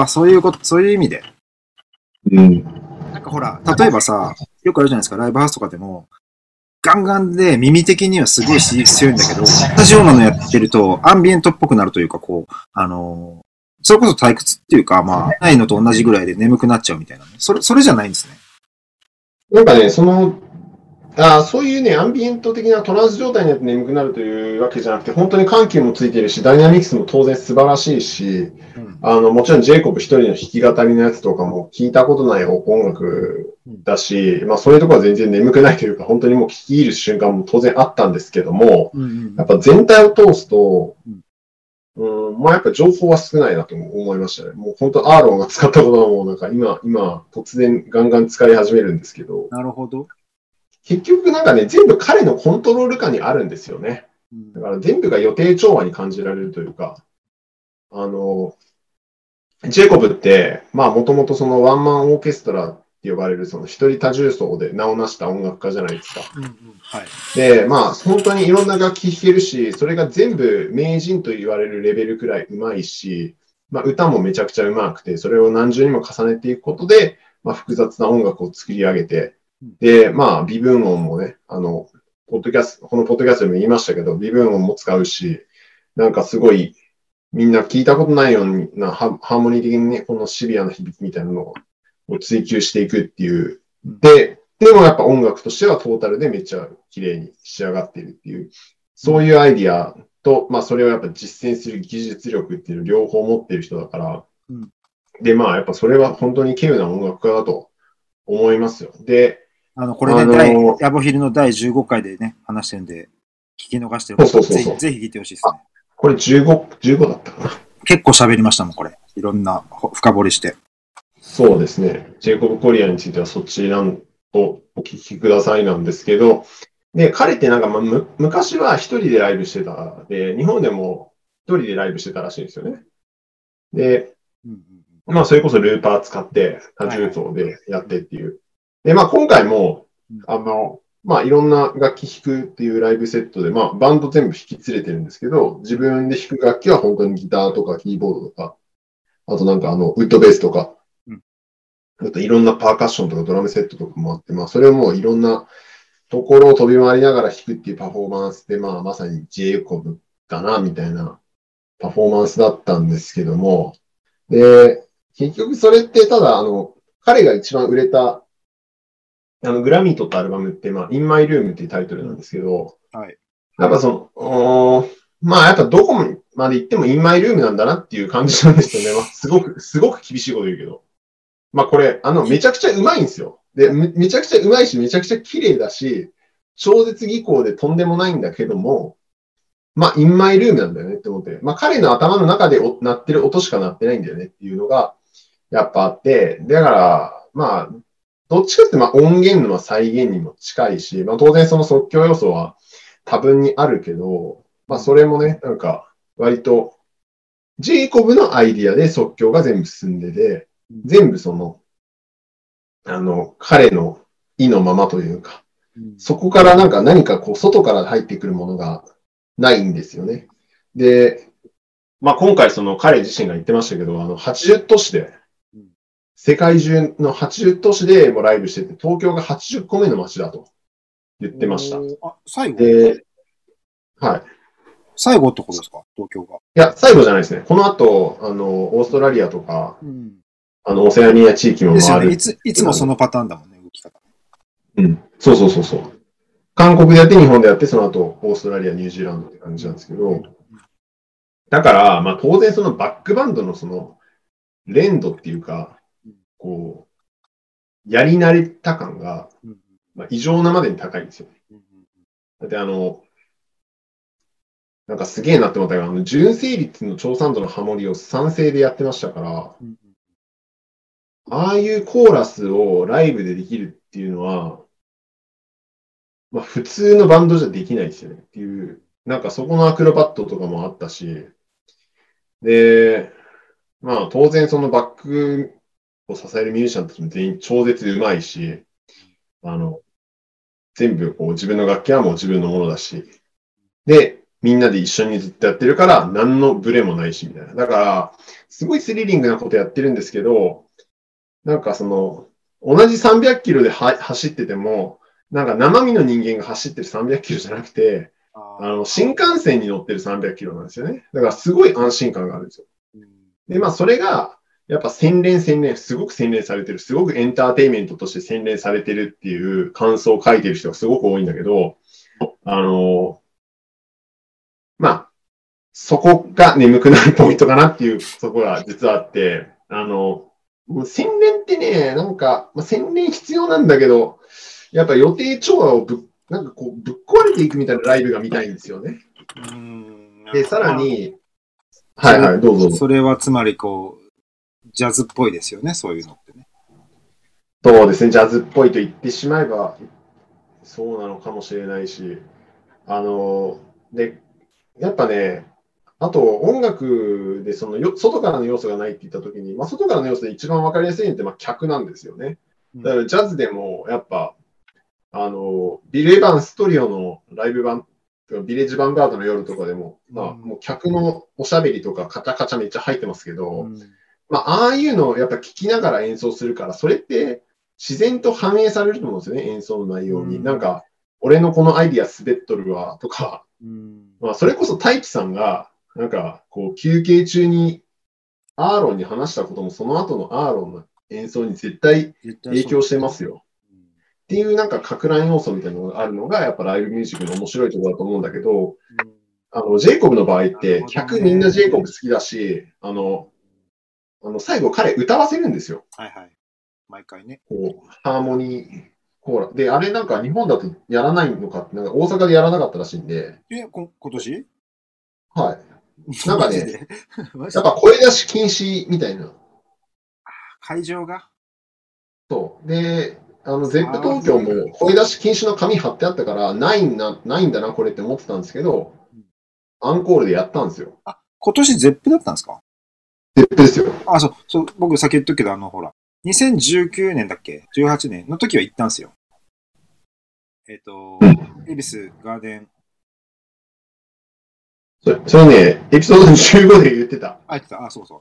S2: そういう意味で。なんかほら、例えばさ、よくあるじゃないですか、ライブハウスとかでも、ガンガンで耳的にはすごい刺激強いんだけど、同じようなのやってると、アンビエントっぽくなるというか、こう、それこそ退屈っていうか、まあ、ないのと同じぐらいで眠くなっちゃうみたいなね。それじゃないんですね。
S3: なんかね、そういうね、アンビエント的なトランス状態になって眠くなるというわけじゃなくて、本当に緩急もついてるし、ダイナミクスも当然素晴らしいし、もちろんジェイコブ一人の弾き語りのやつとかも聞いたことない音楽だし、まあそういうところは全然眠くないというか、本当にもう聴き入る瞬間も当然あったんですけども、やっぱ全体を通すと、まあやっぱ情報は少ないなと思いましたね。もう本当アーロンが使ったことはもうなんか今突然ガンガン使い始めるんですけど。
S2: なるほど。
S3: 結局なんかね、全部彼のコントロール下にあるんですよね。だから全部が予定調和に感じられるというか、 ジェイコブって、まあもともとそのワンマンオーケストラって呼ばれるその一人多重奏で名を成した音楽家じゃないですか。
S2: はい。
S3: で、まあ本当にいろんな楽器弾けるし、それが全部名人と言われるレベルくらい上手いし、まあ歌もめちゃくちゃ上手くて、それを何重にも重ねていくことで、まあ複雑な音楽を作り上げて、で、まあ微分音もね、このポッドキャストでも言いましたけど、微分音も使うし、なんかすごい、みんな聞いたことないようなハーモニー的にね、このシビアな響きみたいなのを追求していくっていう。でもやっぱ音楽としてはトータルでめっちゃ綺麗に仕上がっているっていう、そういうアイディアと、まあそれをやっぱ実践する技術力っていうのを両方持っている人だから、で、まあやっぱそれは本当に稀有な音楽家だと思いますよ。で、
S2: これね、ヤボヒルの第15回でね、話してるんで、聞き逃してる方、ぜひ聞いてほしいですね。
S3: これ15だったかな。
S2: 結構喋りましたもん、これ。いろんな深掘りして。
S3: そうですね。ジェイコブ・コリアについてはそちらをお聞きくださいなんですけど、で、彼ってなんか、昔は一人でライブしてた。で、日本でも一人でライブしてたらしいんですよね。で、まあ、それこそルーパー使って多重奏でやってっていう。で、まあ、今回も、まあ、いろんな楽器弾くっていうライブセットで、まあ、バンド全部引き連れてるんですけど、自分で弾く楽器は本当にギターとかキーボードとか、あとなんかウッドベースとか、あといろんなパーカッションとかドラムセットとかもあって、まあ、それをもういろんなところを飛び回りながら弾くっていうパフォーマンスで、まあ、まさにジェイコブだな、みたいなパフォーマンスだったんですけども、で、結局それってただ、彼が一番売れた、グラミー取ったアルバムって、まあ、In My Room っていうタイトルなんですけど、
S2: はい。
S3: やっぱまあ、やっぱどこまで行っても In My Room なんだなっていう感じなんですよね。まあ、すごく厳しいこと言うけど。まあ、これ、めちゃくちゃうまいんですよ。で、めちゃくちゃうまいし、めちゃくちゃ綺麗だし、超絶技巧でとんでもないんだけども、まあ、In My Room なんだよねって思って。まあ、彼の頭の中で鳴ってる音しか鳴ってないんだよねっていうのが、やっぱあって、だから、まあ、どっちかってまあ音源の再現にも近いし、まあ当然その即興要素は多分にあるけど、まあそれもね、なんか割とジェイコブのアイディアで即興が全部進んでて、全部その、彼の意のままというか、そこから何かこう外から入ってくるものがないんですよね。で、まあ今回その彼自身が言ってましたけど、80都市で、世界中の80都市でもライブしてて、東京が80個目の街だと言ってました。
S2: 最後
S3: はい。
S2: 最後ってことですか、東京が。
S3: いや、最後じゃないですね。この後、オーストラリアとか、オセアニア地域も回る。
S2: ですよね。いつもそのパターンだもんね、動き方。
S3: そう。韓国でやって、日本でやって、その後、オーストラリア、ニュージーランドって感じなんですけど、だから、まあ当然そのバックバンドのその、連動っていうか、こう、やり慣れた感が、まあ、異常なまでに高いんですよね。だってなんかすげえなって思ったのが、純正率の超酸度のハモリを3声でやってましたから、ああいうコーラスをライブでできるっていうのは、まあ普通のバンドじゃできないですよねっていう、なんかそこのアクロバットとかもあったし、で、まあ当然そのバックを支えるミュージシャンたちも全員超絶うまいし、全部こう自分の楽器はもう自分のものだし、で、みんなで一緒にずっとやってるから、何のブレもないし、みたいな。だから、すごいスリリングなことやってるんですけど、なんかその、同じ300キロで走ってても、なんか生身の人間が走ってる300キロじゃなくて、新幹線に乗ってる300キロなんですよね。だからすごい安心感があるんですよ。で、まあそれが、やっぱすごく洗練されてる、すごくエンターテインメントとして洗練されてるっていう感想を書いてる人がすごく多いんだけど、まあ、そこが眠くなるポイントかなっていうところが実はあって、もう洗練ってね、なんか、まあ、洗練必要なんだけど、やっぱ予定調和をなんかこう、ぶっ壊れていくみたいなライブが見たいんですよね。で、さらに、はい、どうぞ。
S2: それはつまりこう、ジャズっぽいですよね、そういうのってね。
S3: そうですね、ジャズっぽいと言ってしまえば、そうなのかもしれないし、で、やっぱね、 あと、音楽で外からの要素がないって言ったときに、外からの要素で一番わかりやすいのって、客なんですよね。だから、ジャズでも、やっぱ、ビル・エヴァンストリオのライブ版、ビレッジヴァンガードの夜とかでも、もう客のおしゃべりとかカチャカチャめっちゃ入ってますけど、ああいうのをやっぱ聞きながら演奏するから、それって自然と反映されると思うんですよね、演奏の内容に。なんか、俺のこのアイディア滑っとるわ、とか、それこそ大輝さんが、なんか、休憩中にアーロンに話したことも、その後のアーロンの演奏に絶対影響してますよ。っていうなんか、か乱要素みたいなのがあるのが、やっぱライブミュージックの面白いところだと思うんだけど、ジェイコブの場合って、客みんなジェイコブ好きだし、最後彼歌わせるんですよ。
S2: はいはい。毎回ね。
S3: ハーモニーコーラ。で、あれなんか日本だとやらないのかって、なんか大阪でやらなかったらしいんで。
S2: 今年
S3: はい。なんかね、やっぱ声出し禁止みたいな。
S2: 会場が
S3: そう。で、ゼップ東京も声出し禁止の紙貼ってあったから、ないんだな、これって思ってたんですけど、アンコールでやったんですよ。
S2: 今年ゼップだったんですか？
S3: ゼップですよ。
S2: そう、僕先言っとくけど、ほら、2019年だっけ ?18 年の時は行ったんですよ。恵比寿ガーデン。
S3: それね、エピソード15で言ってた。
S2: 言ってた。そうそう。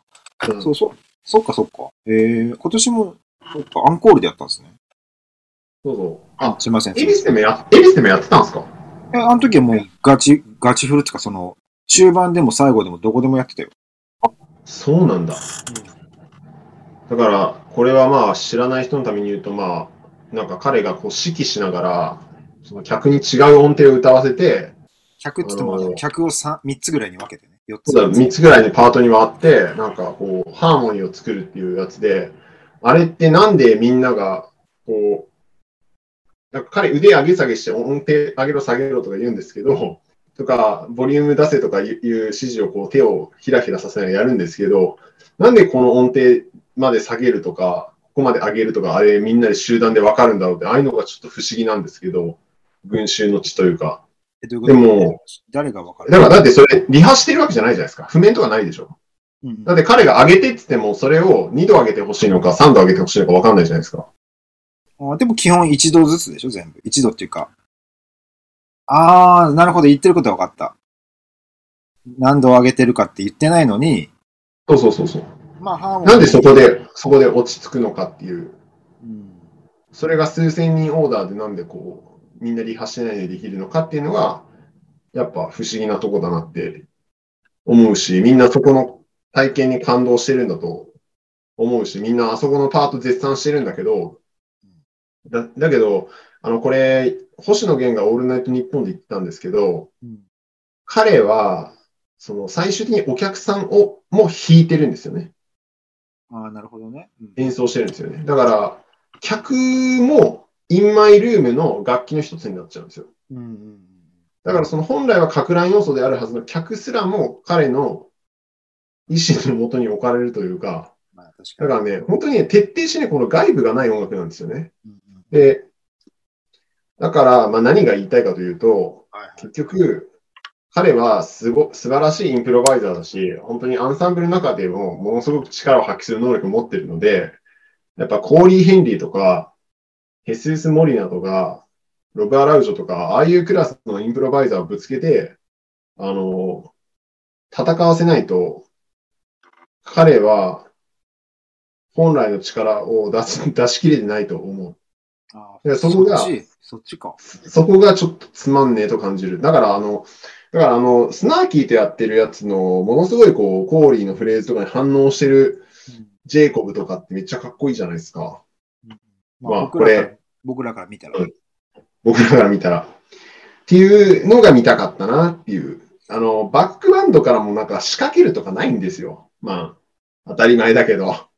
S2: そっか。今年も、アンコールでやったんですね。
S3: そう。
S2: すいません。
S3: 恵比寿でもやってたんですか？
S2: あの時はもうガチフルっていうか、中盤でも最後でもどこでもやってたよ。
S3: そうなんだ。だから、これは知らない人のために言うと、なんか彼が指揮しながら、その客に違う音程を歌わせて、
S2: 客って言っても、客を3つぐらいに分けてね。4つ。
S3: 3つぐらいにパートに割って、なんかハーモニーを作るっていうやつで、あれってなんでみんなが、なんか彼腕上げ下げして音程上げろ下げろとか言うんですけど、とか、ボリューム出せとかいう指示を手をひらひらさせながらやるんですけど、なんでこの音程まで下げるとか、ここまで上げるとか、あれみんなで集団で分かるんだろうって、ああいうのがちょっと不思議なんですけど、群衆の地というか。でも、
S2: 誰が分かる？
S3: だってそれ、リハしてるわけじゃないじゃないですか。譜面とかないでしょ。だって彼が上げてって言っても、それを2度上げてほしいのか、3度上げてほしいのか分かんないじゃないですか。
S2: でも基本1度ずつでしょ、全部。1度っていうか。なるほど、言ってることは分かった。何度上げてるかって言ってないのに。
S3: そう。なんでそこで落ち着くのかっていう。それが数千人オーダーでなんでみんなリハしてないでできるのかっていうのが、やっぱ不思議なとこだなって思うし、みんなそこの体験に感動してるんだと思うし、みんなあそこのパート絶賛してるんだけど、だけど、これ、星野源がオールナイトニッポンで言ってたんですけど、彼は、最終的にお客さんも弾いてるんですよね。
S2: なるほどね。
S3: 演奏してるんですよね。だから、客もインマイルームの楽器の一つになっちゃうんですよ。だから本来はか乱要素であるはずの客すらも彼の意思のもとに置かれるというか、だからね、本当にね、徹底してね、この外部がない音楽なんですよね。で、だから、何が言いたいかというと、結局、彼は素晴らしいインプロバイザーだし、本当にアンサンブルの中でもものすごく力を発揮する能力を持っているので、やっぱコーリー・ヘンリーとか、ヘスース・モリナとか、ロブ・アラウジョとか、ああいうクラスのインプロバイザーをぶつけて、戦わせないと、彼は本来の力を出し切れてないと思う。そこがちょっとつまんねえと感じる。だからスナーキーとやってるやつの、ものすごいコーリーのフレーズとかに反応してるジェイコブとかってめっちゃかっこいいじゃないですか。これ。
S2: 僕らから見たら。
S3: 僕らから見たら。っていうのが見たかったなっていう。バックバンドからもなんか仕掛けるとかないんですよ。当たり前だけど。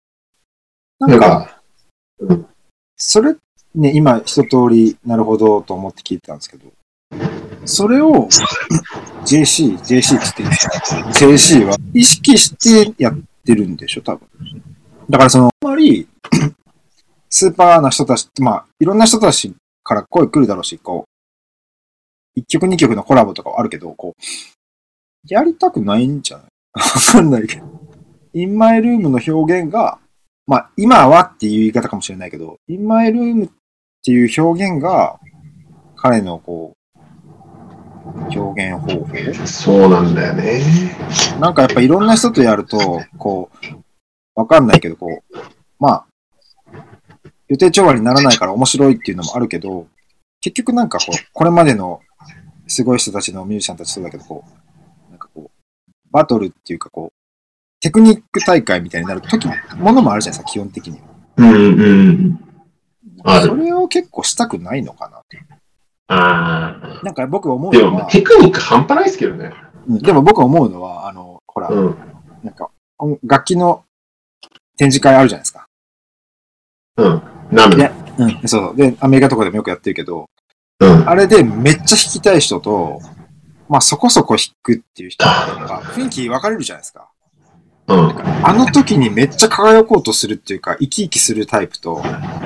S2: それね、今一通りなるほどと思って聞いてたんですけど、それを JC って言ってるんですか？ JC は意識してやってるんでしょ、多分。だからあまりスーパーな人たち、いろんな人たちから声来るだろうし、1曲2曲のコラボとかはあるけど、 やりたくないんじゃない？わかんないけど。in my room の表現が、まあ、今はっていう言い方かもしれないけど、in my room っていう表現が、彼のこう、表現方法。
S3: そうなんだよね。
S2: なんかやっぱいろんな人とやると、こう、わかんないけど、こう、まあ、予定調和にならないから面白いっていうのもあるけど、結局なんかこう、これまでのすごい人たちのミュージシャンたちそうだけど、こう、なんかこう、バトルっていうかこう、テクニック大会みたいになるものもあるじゃないですか、基本的には。
S3: うんうん。ある。
S2: それを結構したくないのかなって。
S3: ああ。
S2: なんか僕思う
S3: で
S2: のは。
S3: もテクニック半端ないですけどね。
S2: でも僕思うのは、ほら、なんか、楽器の展示会あるじゃないですか。
S3: うん。なんで？
S2: そう。で、アメリカとかでもよくやってるけど、あれでめっちゃ弾きたい人と、まあそこそこ弾くっていう人っていうのが雰囲気分かれるじゃないですか。あの時にめっちゃ輝こうとするっていうか、生き生きするタイプと、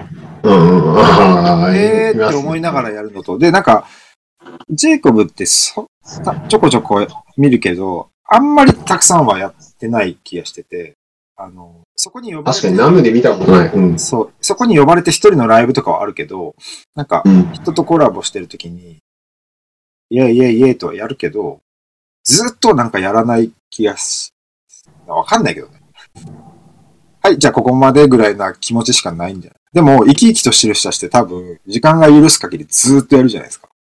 S2: って思いながらやるのと、で、なんか、ジェイコブってちょこちょこ見るけど、あんまりたくさんはやってない気がしてて、そこに呼ばれて。
S3: 確かにナムで見たことない。
S2: そう。そこに呼ばれて一人のライブとかはあるけど、なんか、人とコラボしてるときに、イェイイェイイェイとはやるけど、ずっとなんかやらない気がわかんないけどね。はい、じゃあここまでぐらいな気持ちしかないんじゃない？でも、生き生きとしてる人たちって多分、時間が許す限りずっとやるじゃないですか。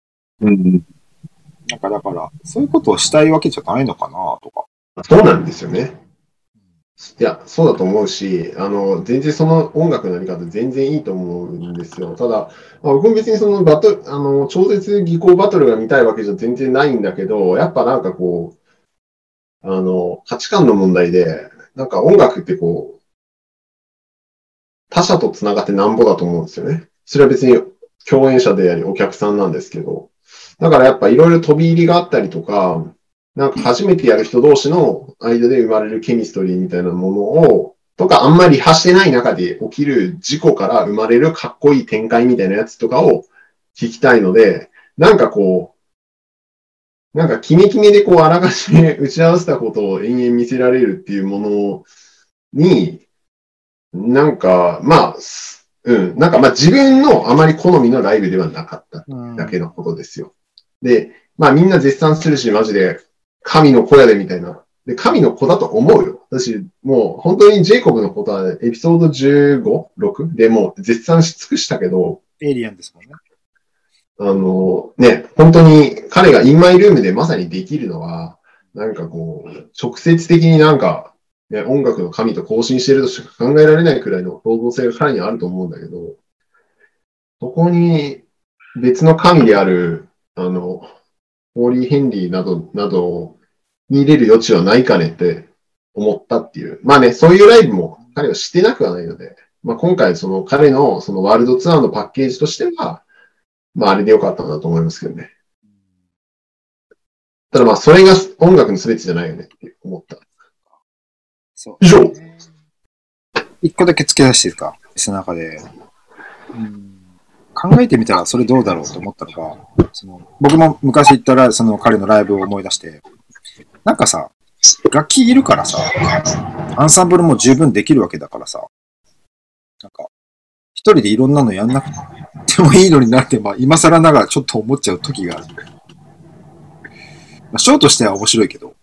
S2: なんかだから、そういうことをしたいわけじゃないのかなとか。
S3: そうなんですよね。いや、そうだと思うし、全然その音楽のやり方全然いいと思うんですよ。ただ、僕も別にその超絶技巧バトルが見たいわけじゃ全然ないんだけど、やっぱなんかこう、価値観の問題で、なんか音楽ってこう、他者と繋がってなんぼだと思うんですよね。それは別に共演者でありお客さんなんですけど。だからやっぱいろいろ飛び入りがあったりとか、なんか初めてやる人同士の間で生まれるケミストリーみたいなものを、とかあんまりリハしてない中で起きる事故から生まれるかっこいい展開みたいなやつとかを聞きたいので、なんかこう、なんかキメキメでこうあらかじめ打ち合わせたことを延々見せられるっていうものに、なんか、まあ、なんかまあ自分のあまり好みのライブではなかっただけのことですよ。で、まあみんな絶賛するし、マジで神の子やでみたいな。で、神の子だと思うよ。私、もう本当にジェイコブのことはエピソード15、6でもう絶賛し尽くしたけど、
S2: エイリアンですもんね。
S3: 本当に彼がインマイルームでまさにできるのは、なんかこう、直接的になんか、ね、音楽の神と交信してるとしか考えられないくらいの創造性が彼にあると思うんだけど、そこに別の神である、ホーリー・ヘンリーなどに入れる余地はないかねって思ったっていう。まあね、そういうライブも彼はしてなくはないので、まあ今回その彼のそのワールドツアーのパッケージとしては、まああれでよかったんだと思いますけどね。ただまあそれが音楽の全てじゃないよねって思った。
S2: そう。
S3: 以上。
S2: 一個だけ付け出していいですか？その中で。考えてみたらそれどうだろうと思ったのが、僕も昔行ったらその彼のライブを思い出して、なんかさ、楽器いるからさ、アンサンブルも十分できるわけだからさ、なんか、一人でいろんなのやんなくてもいいのになって、まあ今更ながらちょっと思っちゃう時がある。まあ、ショーとしては面白いけど。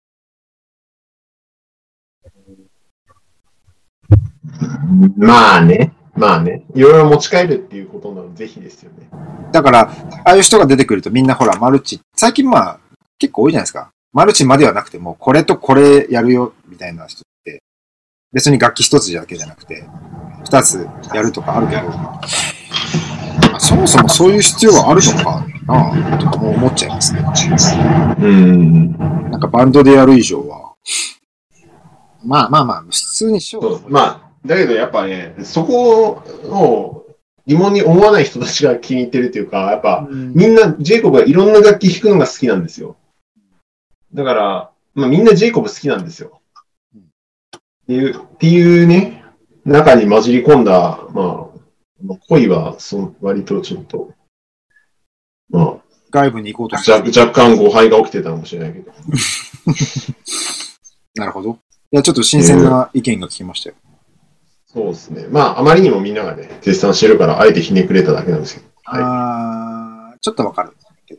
S3: まあね。いろいろ持ち帰るっていうことなのぜひですよね。
S2: だから、ああいう人が出てくるとみんなほら、マルチ、最近まあ、結構多いじゃないですか。マルチまではなくても、これとこれやるよ、みたいな人って、別に楽器一つだけじゃなくて、二つやるとかあるけど、そもそもそういう必要はあるのかなとかも思っちゃいますね。なんかバンドでやる以上は、まあ、普通にしよう。
S3: まあ、だけどやっぱね、そこを疑問に思わない人たちが気に入ってるっていうか、やっぱ、みんなジェイコブがいろんな楽器弾くのが好きなんですよ。だから、まあみんなジェイコブ好きなんですよ。っていうね、中に混じり込んだ、まあ、恋は割とちょっと、まあ、
S2: 外部に行こうとして
S3: 若干誤配が起きてたかもしれないけど。
S2: なるほど。いや、ちょっと新鮮な意見が聞きましたよ。
S3: そうですね。まあ、あまりにもみんながね、絶賛してるから、あえてひねくれただけなんですけど。はい、
S2: ちょっとわかる。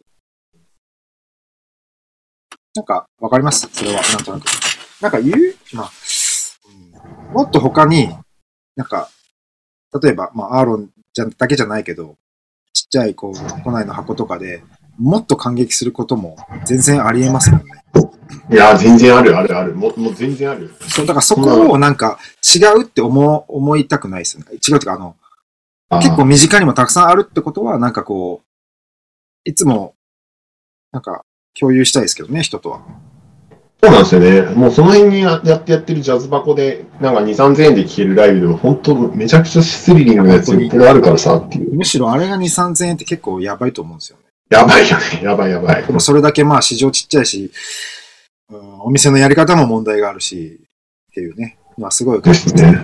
S2: なんか、わかりますそれは、なんとなく。なんかまあ、もっと他に、なんか、例えば、まあ、アーロンだけじゃないけど、ちっちゃい、こう、都内の箱とかで、もっと感激することも全然ありえますもんね。
S3: いや、全然ある。もう全然ある。
S2: そう、だからそこをなんか違うって思いたくないですよね。違うっていうか、結構身近にもたくさんあるってことは、なんかこう、いつも、なんか共有したいですけどね、人とは。
S3: そうなんですよね。もうその辺にやってるジャズ箱で、なんか2、3000円で聴けるライブでも、本当めちゃくちゃスリリングなやついっぱいあるからさ、っていう。
S2: むしろあれが2、3000円って結構やばいと思うんですよね。
S3: やばいよね。やばい。
S2: でもそれだけまあ市場ちっちゃいし、お店のやり方も問題があるし、っていうね。まあすごい感じで。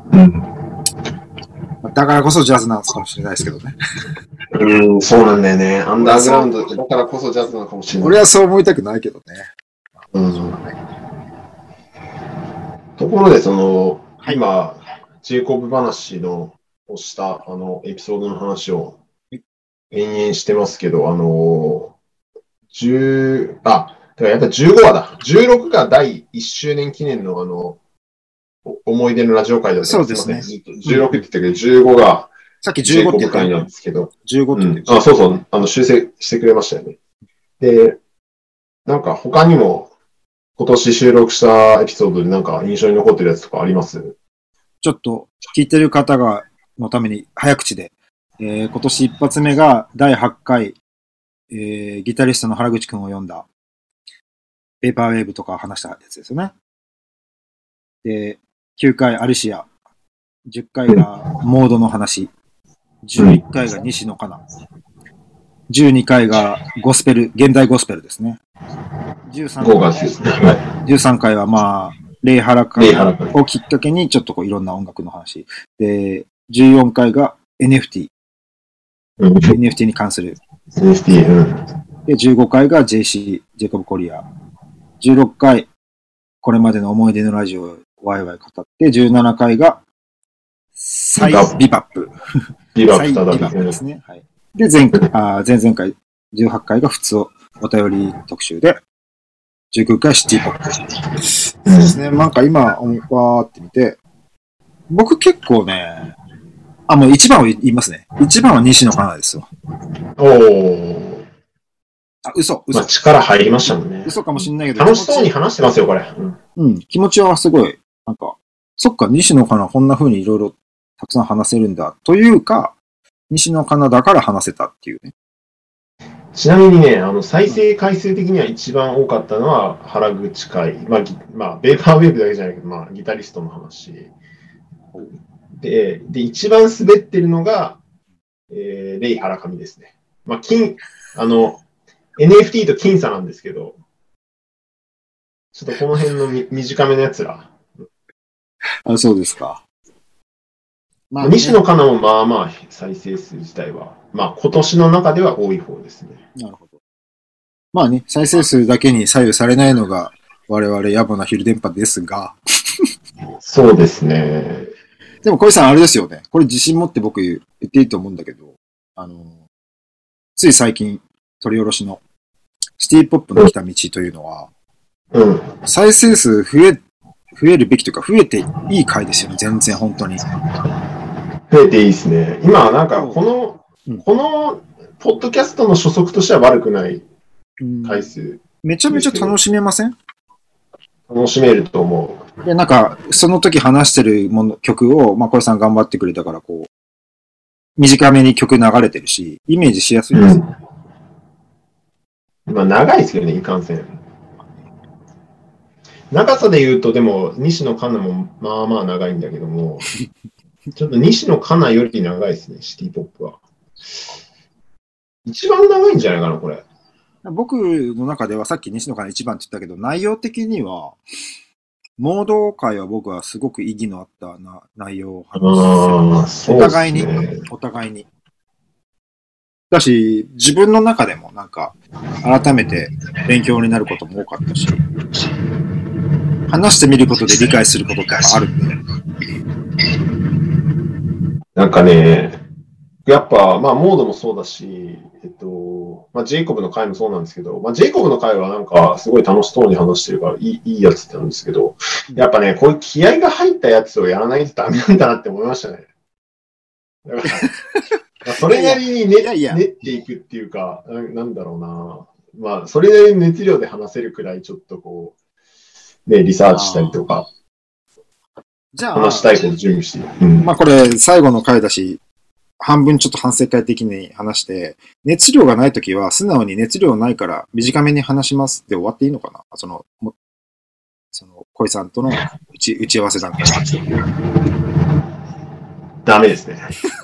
S2: だからこそジャズなんかもしれないですけどね。
S3: そうなんだよね。アンダーグラウンドだからこそジャズなのかもしれない。
S2: 俺はそう思いたくないけどね。
S3: ところで、今、ジェイコブ話のをしたエピソードの話を延々してますけど、だからやっぱ15話だ。16が第1周年記念の思い出のラジオ会だった
S2: そうですね。
S3: 16って言ったけど、15が、
S2: さっき15って言った
S3: 回なんですけど。
S2: 15って言って、
S3: そう、修正してくれましたよね。で、なんか他にも今年収録したエピソードでなんか印象に残ってるやつとかあります？
S2: ちょっと聞いてる方のために早口で、今年一発目が第8回、ギタリストの原口くんを読んだペーパーウェーブとか話したやつですよね。で、9回アリシア、10回がモードの話、11回が西野カナ、12回がゴスペル、現代ゴスペルですね。13回はまあ、レイハラ会をきっかけにちょっとこういろんな音楽の話。で、14回が NFT。NFT に関する。で、15回が JC、ジェイコブコリア。16回、これまでの思い出のラジオをワイワイ語って、17回がサイビバップ。
S3: ビバ
S2: ップですね。はい。で、前々回、18回が普通お便り特集で、19回シティポップ。そうですね。なんか今、わーって見て、僕結構ね、もう1番を言いますね。1番は西野カナですよ。嘘。
S3: まあ、力入りましたもんね。
S2: 嘘かもしんないけど。
S3: 楽しそうに話してますよ、これ。
S2: 気持ちはすごい、なんか、そっか、西野カナこんな風にいろいろたくさん話せるんだ。というか、西野カナだから話せたっていうね。
S3: ちなみにね、再生回数的には一番多かったのは原口会。まあ、ベーパーウェーブだけじゃないけど、まあ、ギタリストの話。で、一番滑ってるのが、レイ・ハラカミですね。まあ、NFT と僅差なんですけど、ちょっとこの辺の短めのやつら。
S2: そうですか。
S3: まあね、西野カナもまあまあ再生数自体は、まあ今年の中では多い方ですね。
S2: なるほど。まあね、再生数だけに左右されないのが我々野暮な昼電波ですが。
S3: そうですね。
S2: でも小井さんあれですよね。これ自信持って僕言っていいと思うんだけど、つい最近取り下ろしのシティポップの来た道というのは、再生数増えるべきというか増えていい回ですよね。全然本当に。
S3: 増えていいですね。今なんかこのポッドキャストの初速としては悪くない回数。
S2: めちゃめちゃ楽しめません？
S3: 楽しめると思
S2: う。で、なんか、その時話してる曲を、まあ、小井さん頑張ってくれたから、こう、短めに曲流れてるし、イメージしやすいです。
S3: まあ、長いですけどね、いかんせん。長さで言うと、でも、西野カナもまあまあ長いんだけども、ちょっと西野カナより長いですね、シティポップは。一番長いんじゃないかな、これ。
S2: 僕の中ではさっき西野カナ一番って言ったけど、内容的には、モード界は僕はすごく意義のあった内容を話してる。お互いに。 だし、自分の中でもなんか、改めて勉強になることも多かったし、話してみることで理解することってあるんで。
S3: なんかね、やっぱ、まあ、モードもそうだし、まあ、ジェイコブの回もそうなんですけど、まあ、ジェイコブの回はなんか、すごい楽しそうに話してるから、いいやつってなんですけど、やっぱね、こういう気合が入ったやつをやらないとダメなんだなって思いましたね。だからまあそれなりに練っていくっていうか、なんだろうな。まあ、それなりに熱量で話せるくらい、ちょっとこう、ね、リサーチしたりとか、
S2: じゃあ、
S3: 話したいこと準備してる。
S2: まあこれ最後の回だし、半分ちょっと反省会的に話して、熱量がないときは素直に熱量ないから短めに話しますって終わっていいのかな、その小井さんとの打ち合わせ段階。
S3: ダメですね。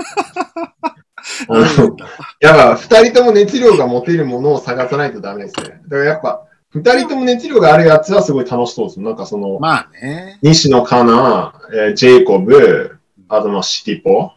S3: やっぱ、二人とも熱量が持てるものを探さないとダメですね。だからやっぱ、二人とも熱量があるやつはすごい楽しそうです。なんかその、
S2: まあね。
S3: 西野カナ、ジェイコブ、あとシティポ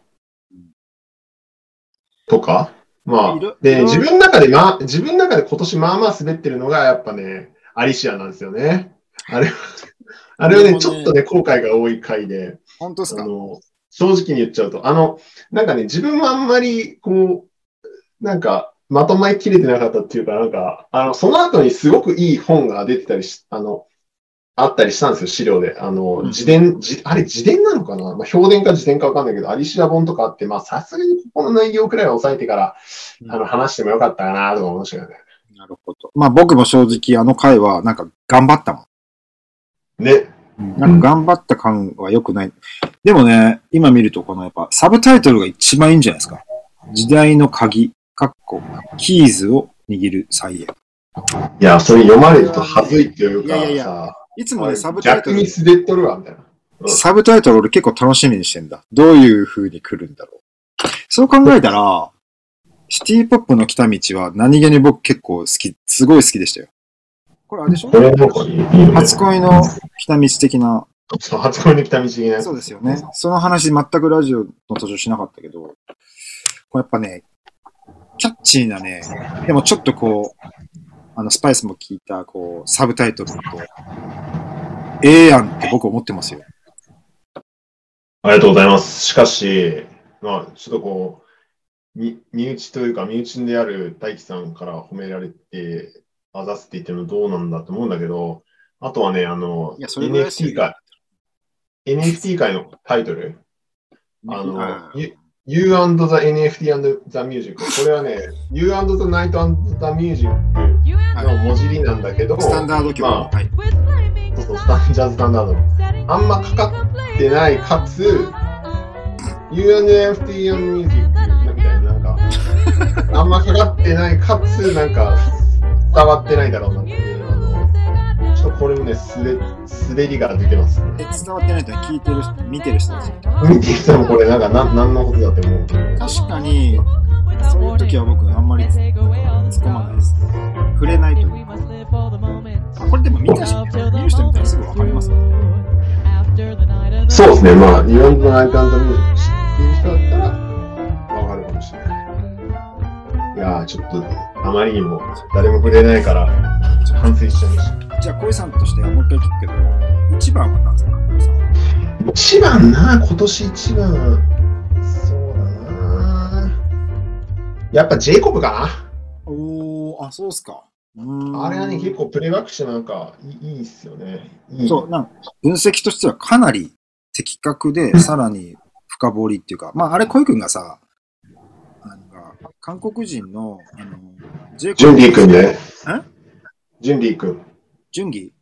S3: とか。まあ、で、自分の中で今年まあまあ滑ってるのがやっぱね、アリシアなんですよね。あれはね、ちょっとね、後悔が多い回で。
S2: 本当ですか？
S3: 正直に言っちゃうと、なんかね、自分もあんまり、こう、なんか、まとまりきれてなかったっていうか、なんか、その後にすごくいい本が出てたりあったりしたんですよ、資料で。自伝なのかな、まあ、評伝か自伝かわかんないけど、アリシア本とかあって、まあ、さすがにここの内容くらいは抑えてから、話してもよかったかなと思いましたよね。
S2: なるほど。まあ、僕も正直、回は、なんか、頑張ったもん。
S3: ね。
S2: なんか頑張った感は良くない。でもね、今見るとやっぱサブタイトルが一番いいんじゃないですか。時代の鍵、キーズを握る菜園。
S3: いや、それ読まれると恥ずいっていうかさ、
S2: いつもね、サブタイトル。
S3: 逆に滑っとるわ、みたいな。
S2: サブタイトル俺結構楽しみにしてんだ。どういう風に来るんだろう。そう考えたら、シティポップの来た道は何気に僕結構好き、すごい好きでしたよ。これあれでしょ？初恋の来た道的な。
S3: そう、初恋の来た道的な。
S2: そうですよね。その話全くラジオの登場しなかったけど、これやっぱね、キャッチーなね、でもちょっとスパイスも効いた、サブタイトルと、やんって僕思ってますよ。
S3: ありがとうございます。しかし、まあ、ちょっと身内というか、身内である大輝さんから褒められて、あざすって言ってるのどうなんだと思うんだけど、あとはね、NFT 界のタイトル、You and the NFT and the Music。これはね、You and the Night and the Music の文字りなんだけど、
S2: スタンダード曲、
S3: まあ、そう、ジャズスタンダードの。あんまかかってない、かつ、You and the NFT and Music みたいな、なんか、あんまかかってない、かつ、なんか、伝わってないだろうなっていう、ちょっとこれもね、滑りが出てます、ね。
S2: 伝わってないと聞いてる人、見てる人たち。
S3: 見てる人もこれ、なんか何のことだって思う。
S2: 確かに、そういう時は僕、あんまり突っ込まないです。触れないというか。これでも見る人見たらすぐわかりますもんね。
S3: そうですね、まあ、日本のナイト&ミュージック知ってる人だったら、わかるかもしれない。いやー、ちょっと、あまりにも誰も触れないから、ちょっと反省しちゃいました。
S2: じゃあ、小井さんとしてはもう一回聞くけど、一番は何ですか、小井さんは。
S3: 一番な、今年一番、そうだな。やっぱジェイコブか
S2: な。そうっすか。
S3: あれはね、結構プレイバックしてなんかいいっすよね。
S2: そう、分析としてはかなり的確で、さらに深掘りっていうか、まあ、あれ、小井くんがさ、韓国人の、
S3: ジュンリー君ね。ジュンリー君。
S2: ジ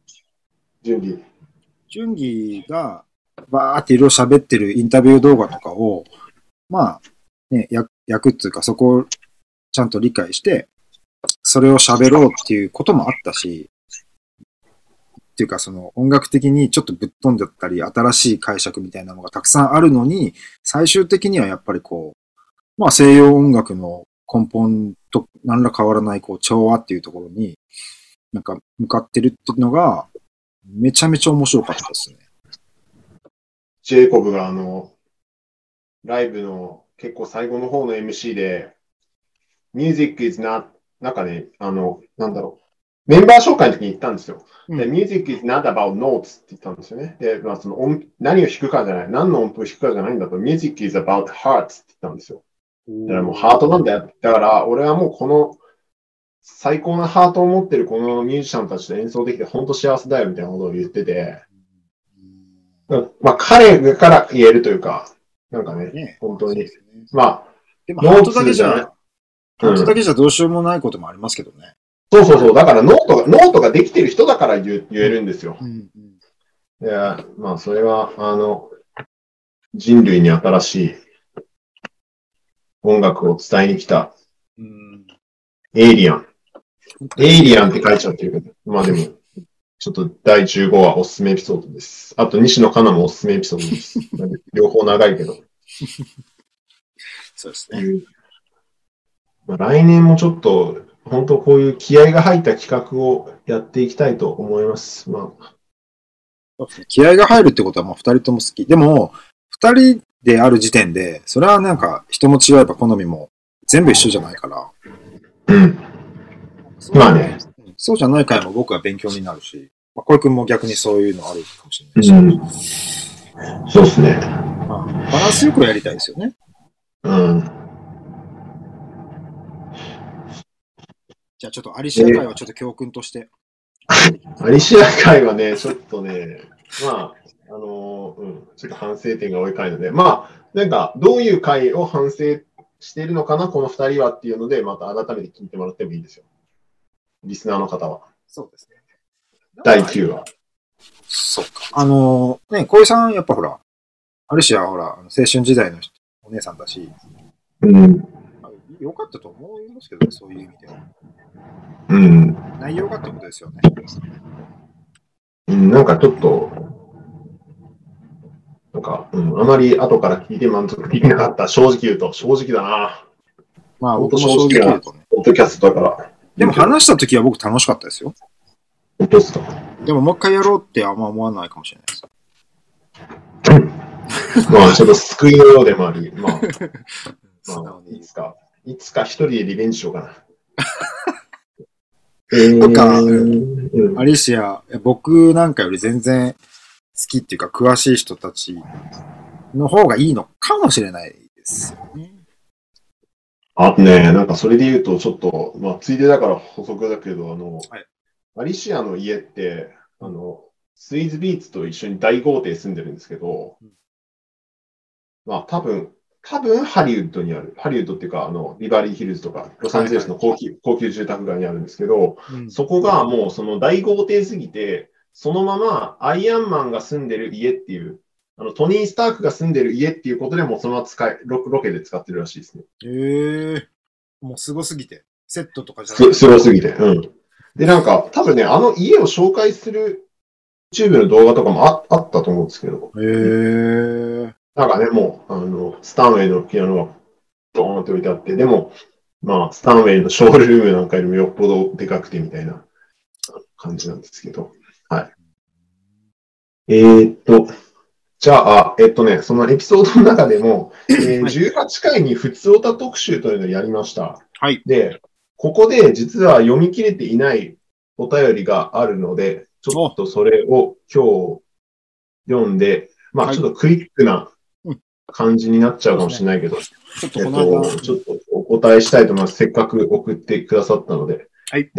S2: ュンギが、バーっていろいろ喋ってるインタビュー動画とかを、まあ、ね、役っていうか、そこをちゃんと理解して、それを喋ろうっていうこともあったし、っていうか、音楽的にちょっとぶっ飛んでったり、新しい解釈みたいなのがたくさんあるのに、最終的にはやっぱりまあ西洋音楽の根本と何ら変わらない調和っていうところになんか向かってるっていうのがめちゃめちゃ面白かったですね。
S3: ジェイコブがライブの結構最後の方の MC で、 music is not, なんかね、なんだろう。メンバー紹介の時に言ったんですよ。で、music is not about notes って言ったんですよね。で、まあ、その何を弾くかじゃない、何の音符を弾くかじゃないんだと、music is about hearts って言ったんですよ。だからもうハートなんだよ。だから、俺はもうこの最高なハートを持ってるこのミュージシャンたちと演奏できて本当幸せだよみたいなことを言ってて、まあ、彼から言えるというか、なんかね、本当に。まあ、
S2: でもハートだけじゃどうしようもないこともありますけどね。
S3: そう。だからノートができてる人だから言えるんですよ。いや、まあ、それは、人類に新しい音楽を伝えに来た、エイリアンって書いちゃってるけど、まあでも、ちょっと第15話おすすめエピソードです。あと、西野カナもおすすめエピソードです。両方長いけど。
S2: そうですね。
S3: まあ、来年もちょっと、本当こういう気合が入った企画をやっていきたいと思います。まあ、
S2: 気合が入るってことはもう二人とも好き。でも、二人である時点で、それはなんか人も違えば好みも全部一緒じゃないから。
S3: まあね。
S2: そうじゃない回も僕は勉強になるし、まあ、小井くんも逆にそういうのあるかもしれないし。
S3: そうですね。
S2: まあ、バランスよくやりたいですよね。じゃあちょっとアリシア会はちょっと教訓として。
S3: アリシア会はね、ちょっとね、まあ、ちょっと反省点が多い回なので、まあ、なんか、どういう回を反省しているのかな、この二人はっていうので、また改めて聞いてもらってもいいですよ。リスナーの方は。
S2: そうですね。
S3: 第9話。
S2: そうか。ね、小井さん、やっぱほら、アリシアはほら、青春時代のお姉さんだし、よかったと思いますけどね、そういう意味では。内容がってことですよね。
S3: なんかちょっと、なんか、あまり後から聞いて満足できなかった。正直言うと、正直だな。
S2: まあ、僕も正直言うとね。
S3: ポッドキャストだから。
S2: でも話したときは僕楽しかったですよ。
S3: 本当ですか？で
S2: ももう一回やろうってあんま思わないかもしれないです。
S3: まあ、ちょっと救いのようでもあり、まあ、いつか一人でリベンジしようかな。
S2: なんか、アリシア、僕なんかより全然好きっていうか詳しい人たちの方がいいのかもしれないですよね。
S3: なんかそれで言うとちょっと、まあ、ついでだから補足だけど、はい、アリシアの家って、スイーズビーツと一緒に大豪邸住んでるんですけど、まあ多分ハリウッドにある。ハリウッドっていうか、ビバリーヒルズとか、ロサンゼルスの高級住宅街にあるんですけど、そこがもうその大豪邸すぎて、そのままアイアンマンが住んでる家っていう、トニー・スタークが住んでる家っていうことでもうそのままロケで使ってるらしいですね。
S2: もうすごすぎて。セットとかじゃなくて。
S3: すごすぎて。で、なんか、多分ね、家を紹介する YouTube の動画とかもあったと思うんですけど。なんかね、もう、スタンウェイのピアノがドーンって置いてあって、でも、まあ、スタンウェイのショールームなんかよりもよっぽどでかくてみたいな感じなんですけど。はい。じゃあ、そのエピソードの中でも、18回にふつおた特集というのをやりました。
S2: はい。
S3: で、ここで実は読み切れていないお便りがあるので、ちょっとそれを今日読んで、まあ、ちょっとクイックな感じになっちゃうかもしれないけど、ちょっとお答えしたいと思います。せっかく送ってくださったので。
S2: はい。
S3: で、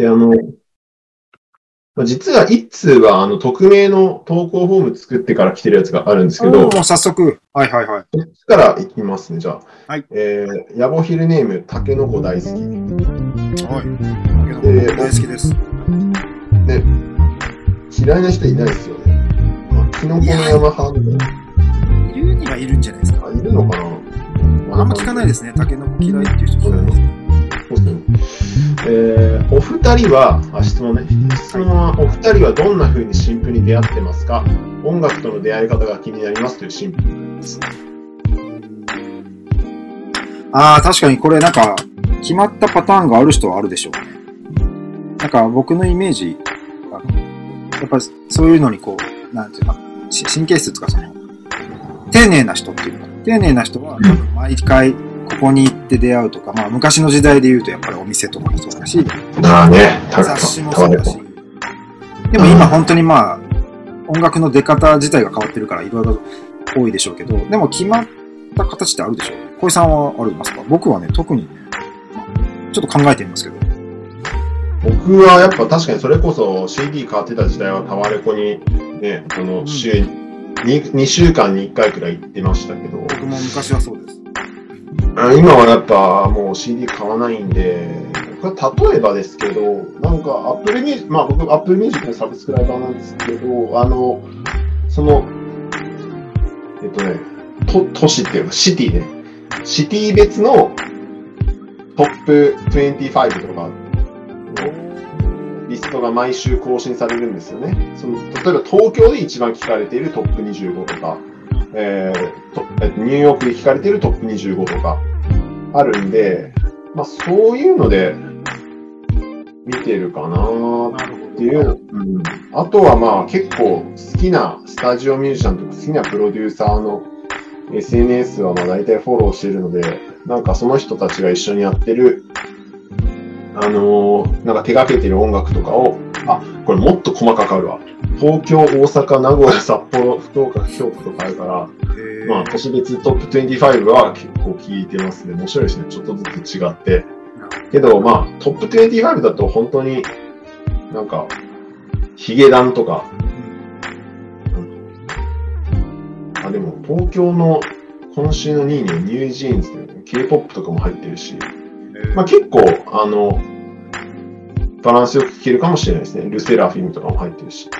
S3: 実は一通は、匿名の投稿フォーム作ってから来てるやつがあるんですけど。
S2: 早速。はい。
S3: そっちからいきますね、じゃあ。
S2: はい。
S3: ヤボヒルネーム、タケノコ大好き。
S2: はい。タケノコ大好きです。
S3: ね、嫌いな人いないですよね。まあ、キノコの山派みたいな。
S2: いるにはいるんじゃないですか。
S3: いるのかな、
S2: あんま聞かないですね。タケノコ嫌いっていう人聞かないですね。
S3: そうですね。お二人は、質問は、お二人はどんな風に新婦に出会ってますか？音楽との出会い方が気になりますという新婦です。
S2: 確かにこれなんか、決まったパターンがある人はあるでしょうね。なんか僕のイメージ、やっぱりそういうのにこう、なんていうか、神経質とか丁寧な人っていうか、丁寧な人は毎回ここに行って出会うとか、まあ昔の時代で言うとやっぱりお店とかもそうだし、
S3: ああね、
S2: 雑誌もそうだし、でも今本当にまあ、音楽の出方自体が変わってるからいろいろ多いでしょうけど、でも決まった形ってあるでしょう。小井さんはありますか？僕はね、特にね、ちょっと考えてみますけど。
S3: 僕はやっぱ確かにそれこそ CD 買ってた時代はタワレコにね、週に2週間に1回くらい行ってましたけど、
S2: 僕も昔はそうです。
S3: 今はやっぱもう CD 買わないんで、これ例えばですけど、なんか Apple Music、まあ僕 Apple Music のサブスクライバーなんですけど、その、都市っていうかシティね。シティ別のトップ25とか、リストが毎週更新されるんですよね。例えば東京で一番聞かれているトップ25とか、ニューヨークで聞かれているトップ25とかあるんで、まあそういうので見てるかなっていう、あとはまあ結構好きなスタジオミュージシャンとか好きなプロデューサーの SNS はまあ大体フォローしてるので、なんかその人たちが一緒にやってるなんか手掛けてる音楽とかを、これもっと細かくあるわ。東京、大阪、名古屋、札幌、福岡、京都とかあるから、まあ、都市別トップ25は結構聞いてますね。面白いですね。ちょっとずつ違って。けど、まあ、トップ25だと本当になんか、ヒゲダンとか、でも東京の今週の2位にはニュージーンズで K-POP とかも入ってるし、まあ結構、バランスよく聴けるかもしれないですね。ルセラフィムとかも入ってるし。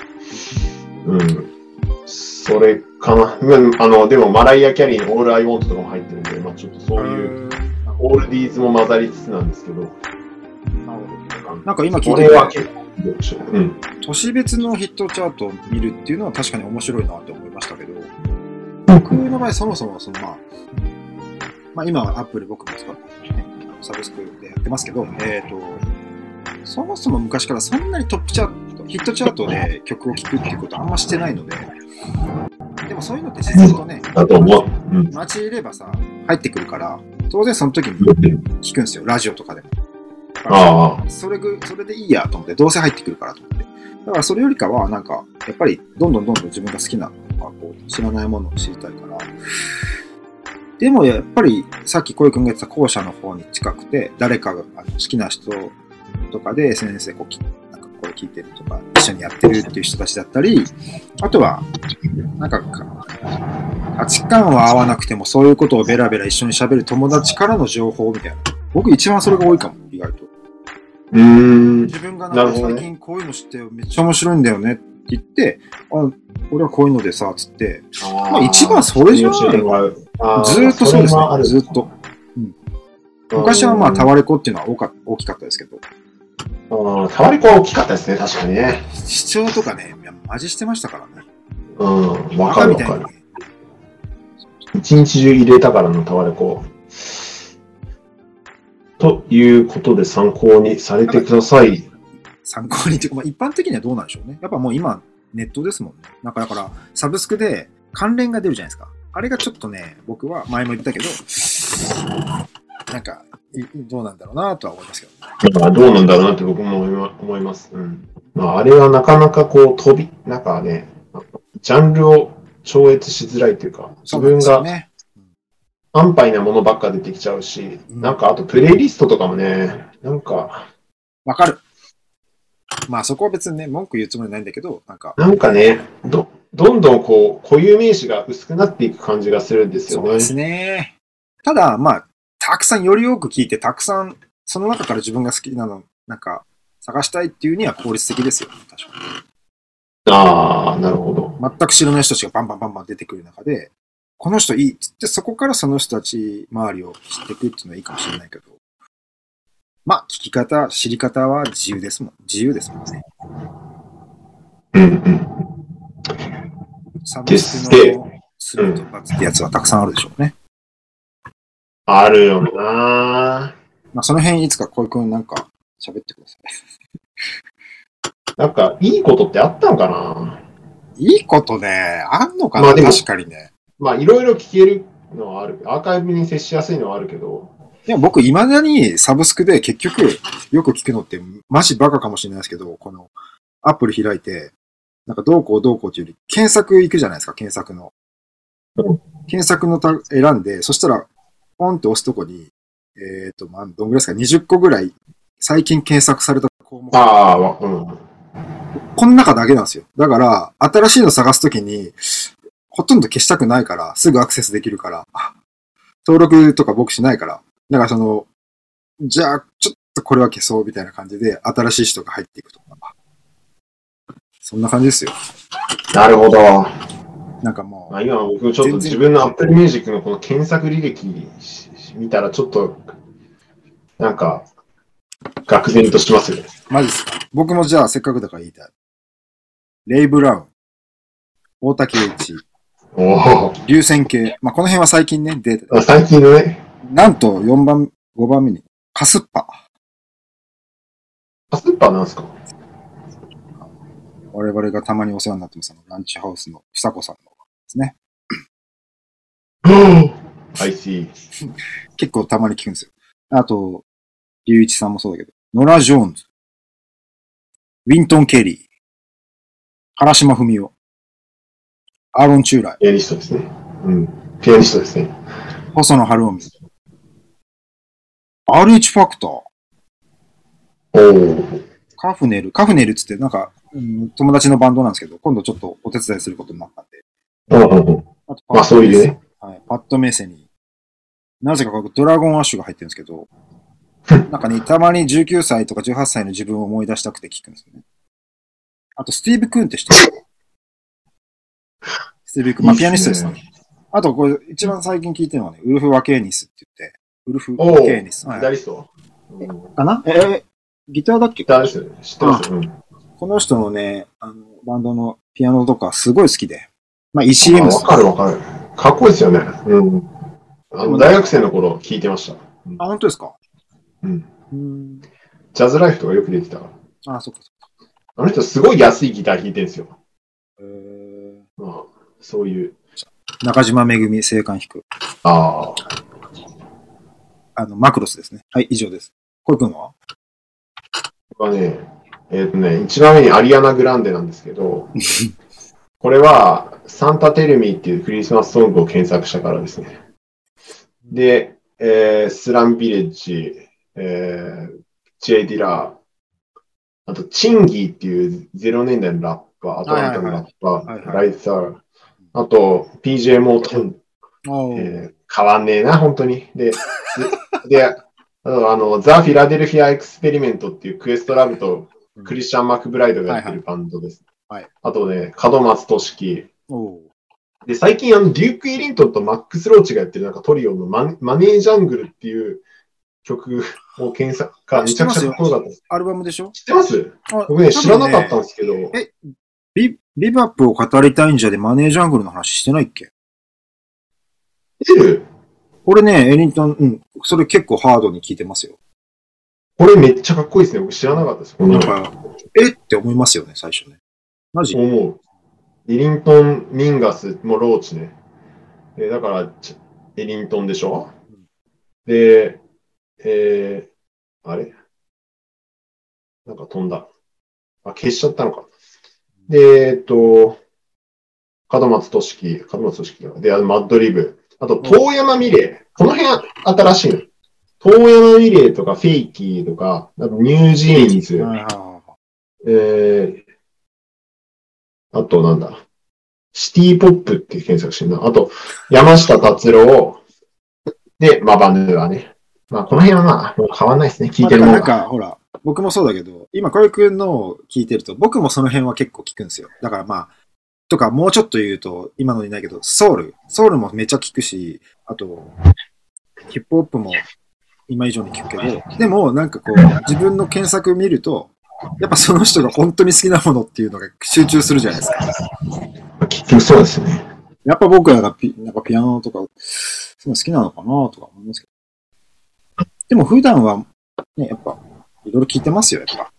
S3: それかな。でもマライア・キャリーの All I Want とかも入ってるんで、まあちょっとそういう、オールディーズも混ざりつつなんですけど。
S2: なんか今聞いて
S3: て、これは結構、
S2: 都市別のヒットチャートを見るっていうのは確かに面白いなって思いましたけど、僕の場合そもそもまあ今は Apple 僕も使って、ね、サブスクでやってますけど、そもそも昔からそんなにトップチャート、ヒットチャートで曲を聴くっていうことはあんましてないので、でもそういうのって実とね、街いればさ、入ってくるから、当然その時に聞くんですよ、ラジオとかでも。それでいいやと思って、どうせ入ってくるからと思って。だからそれよりかは、なんか、やっぱりどんどん自分が好きなのか、こう知らないものを知りたいから、でもやっぱりさっき小井君が言ってた後者の方に近くて、誰かが好きな人とかで SNS でなんかこれ聞いてるとか、一緒にやってるっていう人たちだったり、あとは、なんか価値観は合わなくてもそういうことをベラベラ一緒に喋る友達からの情報みたいな。僕一番それが多いかも、意外と。自分がなんか最近こういうの知ってめっちゃ面白いんだよねって言って、俺はこういうのでさ、つって、まあ一番それじゃない。ずーっとそうですね、ずーっと。昔はまあタワレコっていうのは大きかったですけど。
S3: タワレコは大きかったですね、確かにね。
S2: 視聴とかね、マジしてましたからね。
S3: わかる。一日中入れたからのタワレコ。ということで参考にされてください。
S2: 参考にっていうか、まあ、一般的にはどうなんでしょうね。やっぱもう今、ネットですもんね。だから、サブスクで関連が出るじゃないですか。あれがちょっとね、僕は前も言ったけど、なんか、どうなんだろうなとは思いますけど、
S3: ね。どうなんだろうなって僕も思います。まあ、あれはなかなかこうなんかね、ジャンルを超越しづらいというか、自分が安牌なものばっか出てきちゃうし、なんかあとプレイリストとかもね、なんか。
S2: わかる。まあそこは別にね、文句言うつもりないんだけど、
S3: なんかね、どんどんこう、固有名詞が薄くなっていく感じがするんですよね。
S2: そうですね。ただ、まあ、たくさんより多く聞いて、たくさん、その中から自分が好きなの、なんか、探したいっていうには効率的ですよね、確かに。
S3: なるほど。
S2: 全く知らない人たちがバンバン出てくる中で、この人いいっつって、そこからその人たち周りを知っていくっていうのはいいかもしれないけど、まあ、聞き方、知り方は自由ですもんね。サブスクの罪と罰ってやつはたくさんあるでしょうね。
S3: あるよな。
S2: まあ、その辺いつか小井くんなんか喋ってください。
S3: なんか、いいことってあったのかな？
S2: いいことね、あんのかな、確かにね。
S3: まあ、いろいろ聞けるのはある。アーカイブに接しやすいのはあるけど。
S2: でも僕、未だにサブスクで結局、よく聞くのって、マジバカかもしれないですけど、この、アプリ開いて、なんかどうこうどうこうっていうより、検索行くじゃないですか、検索の。検索の選んで、そしたら、ポンって押すとこに、まあ、どんぐらいですか、20個ぐらい、最近検索された項目。この中だけなんですよ。だから、新しいの探すときに、ほとんど消したくないから、すぐアクセスできるから、登録とか僕しないから、だからじゃあ、ちょっとこれは消そうみたいな感じで、新しい人が入っていくとか。そんな感じですよ。
S3: なるほど。
S2: なんかも
S3: う。今僕ちょっと自分の Apple Music のこの検索履歴見たらちょっと、なんか、愕然としますよね。
S2: マジですか。僕もじゃあせっかくだから言いたい。レイ・ブラウン、大竹栄一、流線形。まあ、この辺は最近ね、データで。
S3: 最近のね。
S2: なんと5番目に、カスッパ。
S3: カスッパなんですか？
S2: 我々がたまにお世話になってますランチハウスの房子さんのですね。
S3: I see.
S2: 結構たまに聞くんですよ。あと、龍一さんもそうだけど、ノラ・ジョーンズ、ウィントン・ケリー、原島文夫、アーロン・チューライ。
S3: ピアニストですね。うん。ピアニストですね。
S2: 細野晴臣。RH ファクター。カフネルっつってなんか、友達のバンドなんですけど、今度ちょっとお手伝いすることになったんで。
S3: あとまあそういうね。
S2: はい。パッドメセに。なぜかドラゴンアッシュが入ってるんですけど、なんかね、たまに19歳とか18歳の自分を思い出したくて聞くんですよね。あと、スティーブ・クーンって知ってる？スティーブ・クーン、まあ、ピアニストですね。あと、これ、一番最近聞いてるのはね、ウルフ・ワケーニスって言って、ウルフ・ワケーニス。
S3: ギタリスト
S2: かな？ギターだっけ？
S3: ギターですよね。知ってます。
S2: この人のね、バンドのピアノとかすごい好きで。まあ、ECM
S3: わかる。かっこいいですよね。大学生の頃聞いてました。
S2: 本当ですか？
S3: ジャズライフとかよく出てた。
S2: そっか。
S3: あの人すごい安いギター弾いてるんですよ。まあ、そういう。
S2: 中島めぐみ、青函弾く。マクロスですね。はい、以上です。小井くんは？
S3: 一番上にアリアナ・グランデなんですけど、これはサンタ・テルミーっていうクリスマスソングを検索したからですね。で、スランビレッジ、ジェイ・ディラー、あとチンギーっていう0年代のラッパー、アトランタのラッパー、ライサー、あと PJ モートン、変わんねえな、本当に。で、ザ・フィラデルフィア・エクスペリメントっていうクエストラブとクリスチャン・マクブライドがやってるバンドです。あとね、門松俊樹。で、最近デューク・エリントンとマックス・ローチがやってるなんかトリオのマネージャングルっていう曲を検索がめちゃくちゃかっこよかったです。
S2: アルバムでしょ？
S3: 知ってます？僕ね、知らなかったんですけど。
S2: ビバップを語りたいんじゃでマネージャングルの話してないっけ？
S3: 知ってる？
S2: 俺ね、エリントン、それ結構ハードに聞いてますよ。
S3: これめっちゃかっこいいですね。僕知らなかったです。
S2: なんか、って思いますよね、最初ね。マジ？
S3: 思う。エリントン、ミンガス、もローチね。だから、エリントンでしょ？で、あれなんか飛んだ。消しちゃったのか。で、門松俊樹で、マッドリブ。あと、遠山美玲。この辺新しいの。遠山美玲とか、フェイキーとか、あとニュージーンズ。あと、なんだ。シティポップって検索してるな。あと、山下達郎。で、バンドはね。この辺はもう変わんないですね。聞いてるものが。
S2: なんか、ほら、僕もそうだけど、今、小井くんの聞いてると、僕もその辺は結構聞くんですよ。だからとか、もうちょっと言うと、今のにないけど、ソウルもめっちゃ聞くし、あと、ヒップホップも今以上に聞くけど、でも、なんかこう、自分の検索見ると、やっぱその人が本当に好きなものっていうのが集中するじゃないですか。
S3: 結局そうですね。
S2: やっぱ僕らがなんかピアノとか、そういうの好きなのかなとか思いますけど。でも普段は、ね、やっぱ、いろいろ聞いてますよ、やっぱ。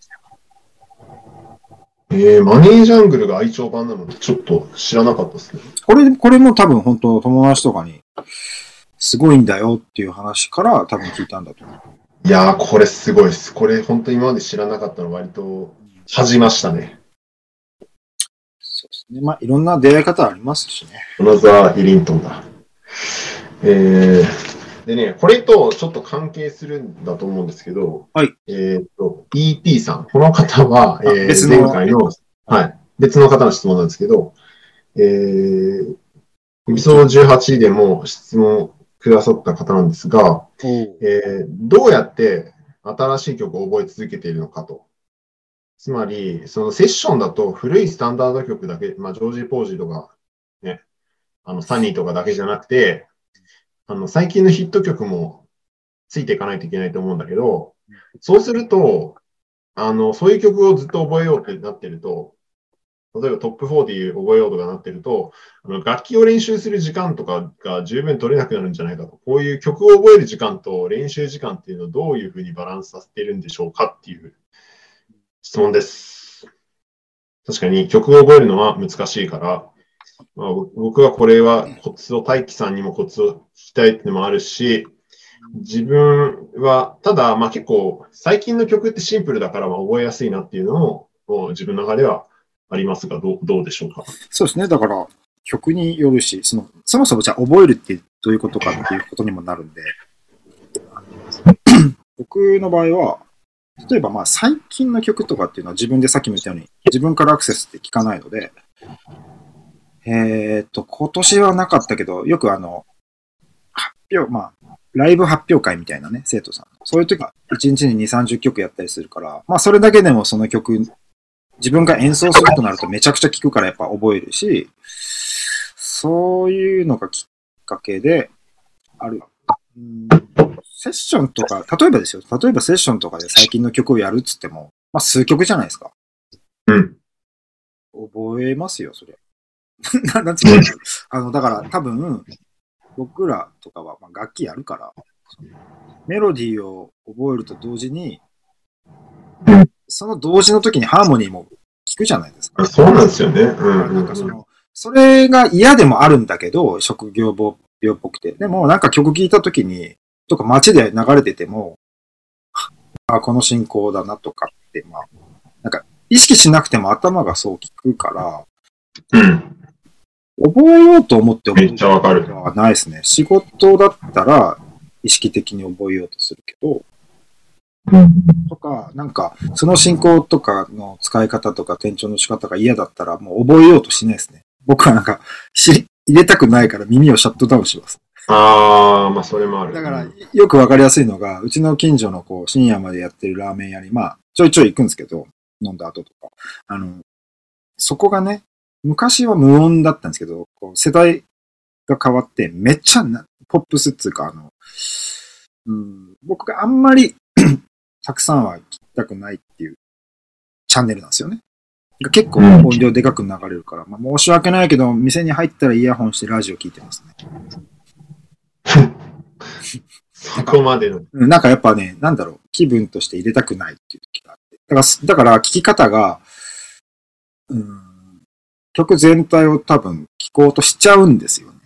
S3: マネージャングルが愛聴版なので、ちょっと知らなかったですね。
S2: これも多分本当友達とかに、 すごいんだよっていう話から多分聞いたんだと思う。
S3: いやー、これすごいです。これ本当に今まで知らなかったの割と恥じましたね。
S2: そうですね。まあ、いろんな出会い方ありますしね。
S3: アナザー・イリントンだ。でね、これとちょっと関係するんだと思うんですけど、
S2: はい。
S3: ET さん。この方は、
S2: 別の
S3: 前回の、はい、別の方の質問なんですけど、エピソード18でも質問くださった方なんですが、どうやって新しい曲を覚え続けているのかと。つまり、そのセッションだと古いスタンダード曲だけ、まあ、ジョージ・ポージとか、ね、サニーとかだけじゃなくて、最近のヒット曲もついていかないといけないと思うんだけど、そうすると、そういう曲をずっと覚えようってなってると、例えばトップ40覚えようとかなってると、楽器を練習する時間とかが十分取れなくなるんじゃないかと。こういう曲を覚える時間と練習時間っていうのをどういうふうにバランスさせているんでしょうかっていう質問です。確かに曲を覚えるのは難しいから、まあ、僕はこれはコツを、大輝さんにもコツを聞きたいっていうのもあるし、自分は、ただ、まあ結構、最近の曲ってシンプルだから覚えやすいなっていうのも自分の中ではありますが、どうでしょうか。
S2: そうですね。だから、曲によるし、そもそもじゃあ覚えるってどういうことかっていうことにもなるんで、僕の場合は、例えばまあ最近の曲とかっていうのは自分でさっきも言ったように、自分からアクセスって聞かないので、今年はなかったけど、よく発表、まあ、ライブ発表会みたいなね、生徒さん。そういう時は1日に2、30曲やったりするから、まあそれだけでもその曲、自分が演奏するとなるとめちゃくちゃ聴くからやっぱ覚えるし、そういうのがきっかけである。セッションとか、例えばですよ。例えばセッションとかで最近の曲をやるっつっても、まあ数曲じゃないですか。
S3: うん。
S2: 覚えますよ、それ。なんつうのだから多分、僕らとかはまあ楽器やるから、メロディーを覚えると同時に、その同時の時にハーモニーも聞くじゃないですか。
S3: そうなんですよね。
S2: なんかそれが嫌でもあるんだけど、職業病っぽくて。でもなんか曲聴いた時に、とか街で流れてても、あ、この進行だなとかって、まあ、なんか意識しなくても頭がそう聞くから、覚えようと思って覚えることはないですね。仕事だったら意識的に覚えようとするけど、とか、なんか、その進行とかの使い方とか転調の仕方が嫌だったらもう覚えようとしないですね。僕はなんか、入れたくないから耳をシャットダウンします。
S3: ああ、まあそれもある。
S2: だから、よくわかりやすいのが、うちの近所のこう深夜までやってるラーメン屋に、まあ、ちょいちょい行くんですけど、飲んだ後とか。そこがね、昔は無音だったんですけど、こう世代が変わって、めっちゃポップスっていうか、僕があんまりたくさんは聞きたくないっていうチャンネルなんですよね。結構音量でかく流れるから、まあ、申し訳ないけど、店に入ったらイヤホンしてラジオ聞いてますね。
S3: そこまでの。
S2: なんかやっぱね、なんだろう、気分として入れたくないっていう時があって。だから聞き方が、曲全体を多分聴こうとしちゃうんですよね。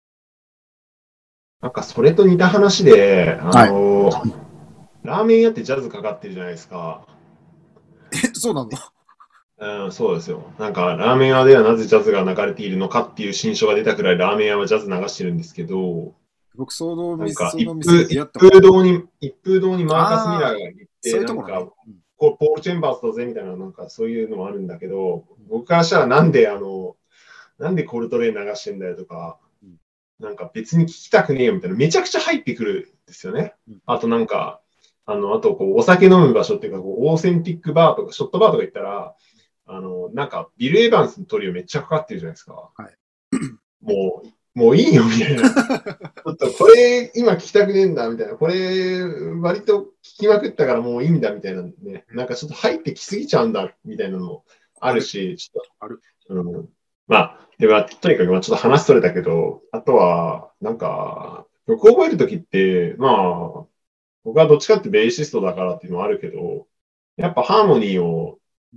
S3: なんかそれと似た話で、ラーメン屋ってジャズかかってるじゃないですか。
S2: そうなの？
S3: そうですよ。なんかラーメン屋ではなぜジャズが流れているのかっていう新書が出たくらいラーメン屋はジャズ流してるんですけど、
S2: 僕その
S3: なんか
S2: 一
S3: 風堂にマーカス・ミラーがいて、なんか、ポール・チェンバースだぜみたいな、なんかそういうのもあるんだけど、僕からしたらなんでコルトレーン流してんだよとか、なんか別に聞きたくねえよみたいな、めちゃくちゃ入ってくるんですよね。あとなんか、あとこうお酒飲む場所っていうか、こうオーセンティックバーとか、ショットバーとか行ったら、なんかビル・エヴァンスのトリオめっちゃかかってるじゃないですか。
S2: はい、
S3: もういいよみたいな。ちょっとこれ今聞きたくねえんだみたいな。これ割と聞きまくったからもういいんだみたいなね。なんかちょっと入ってきすぎちゃうんだみたいなのもあるし、ちょっと、まあ、では、とにかくちょっと話それたけど、あとは、なんか、曲を覚えるときって、まあ、僕はどっちかってベーシストだからっていうのもあるけど、やっぱハーモニー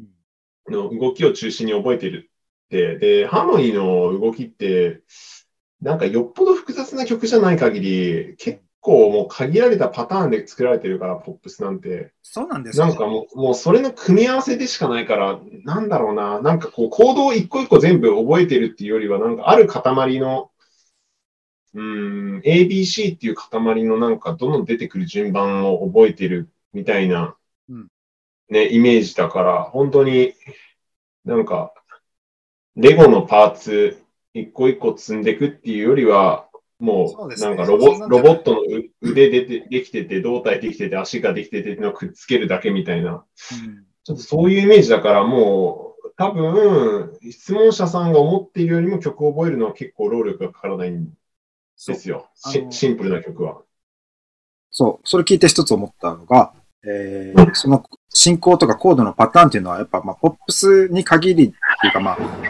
S3: の動きを中心に覚えてるって、で、ハーモニーの動きって、 なんかよっぽど複雑な曲じゃない限り、結構もう限られたパターンで作られてるから、ポップスなんて。
S4: そうなんですよ。
S3: なんかもうそれの組み合わせでしかないから、なんだろうな、なんかこう、コードを一個一個全部覚えてるっていうよりは、なんかある塊の、ABC っていう塊のなんかどんどん出てくる順番を覚えてるみたいな、ね、イメージだから、本当になんか、レゴのパーツ一個一個積んでいくっていうよりは、もうなんかロボットの腕できてて、胴体できてて、足ができててのくっつけるだけみたいな、ちょっとそういうイメージだからもう、多分、質問者さんが思っているよりも曲を覚えるのは結構労力がかからないんですよ。シンプルな曲は。
S4: そう。それ聞いて一つ思ったのが、その進行とかコードのパターンっていうのは、やっぱ、ポップスに限りっていうか、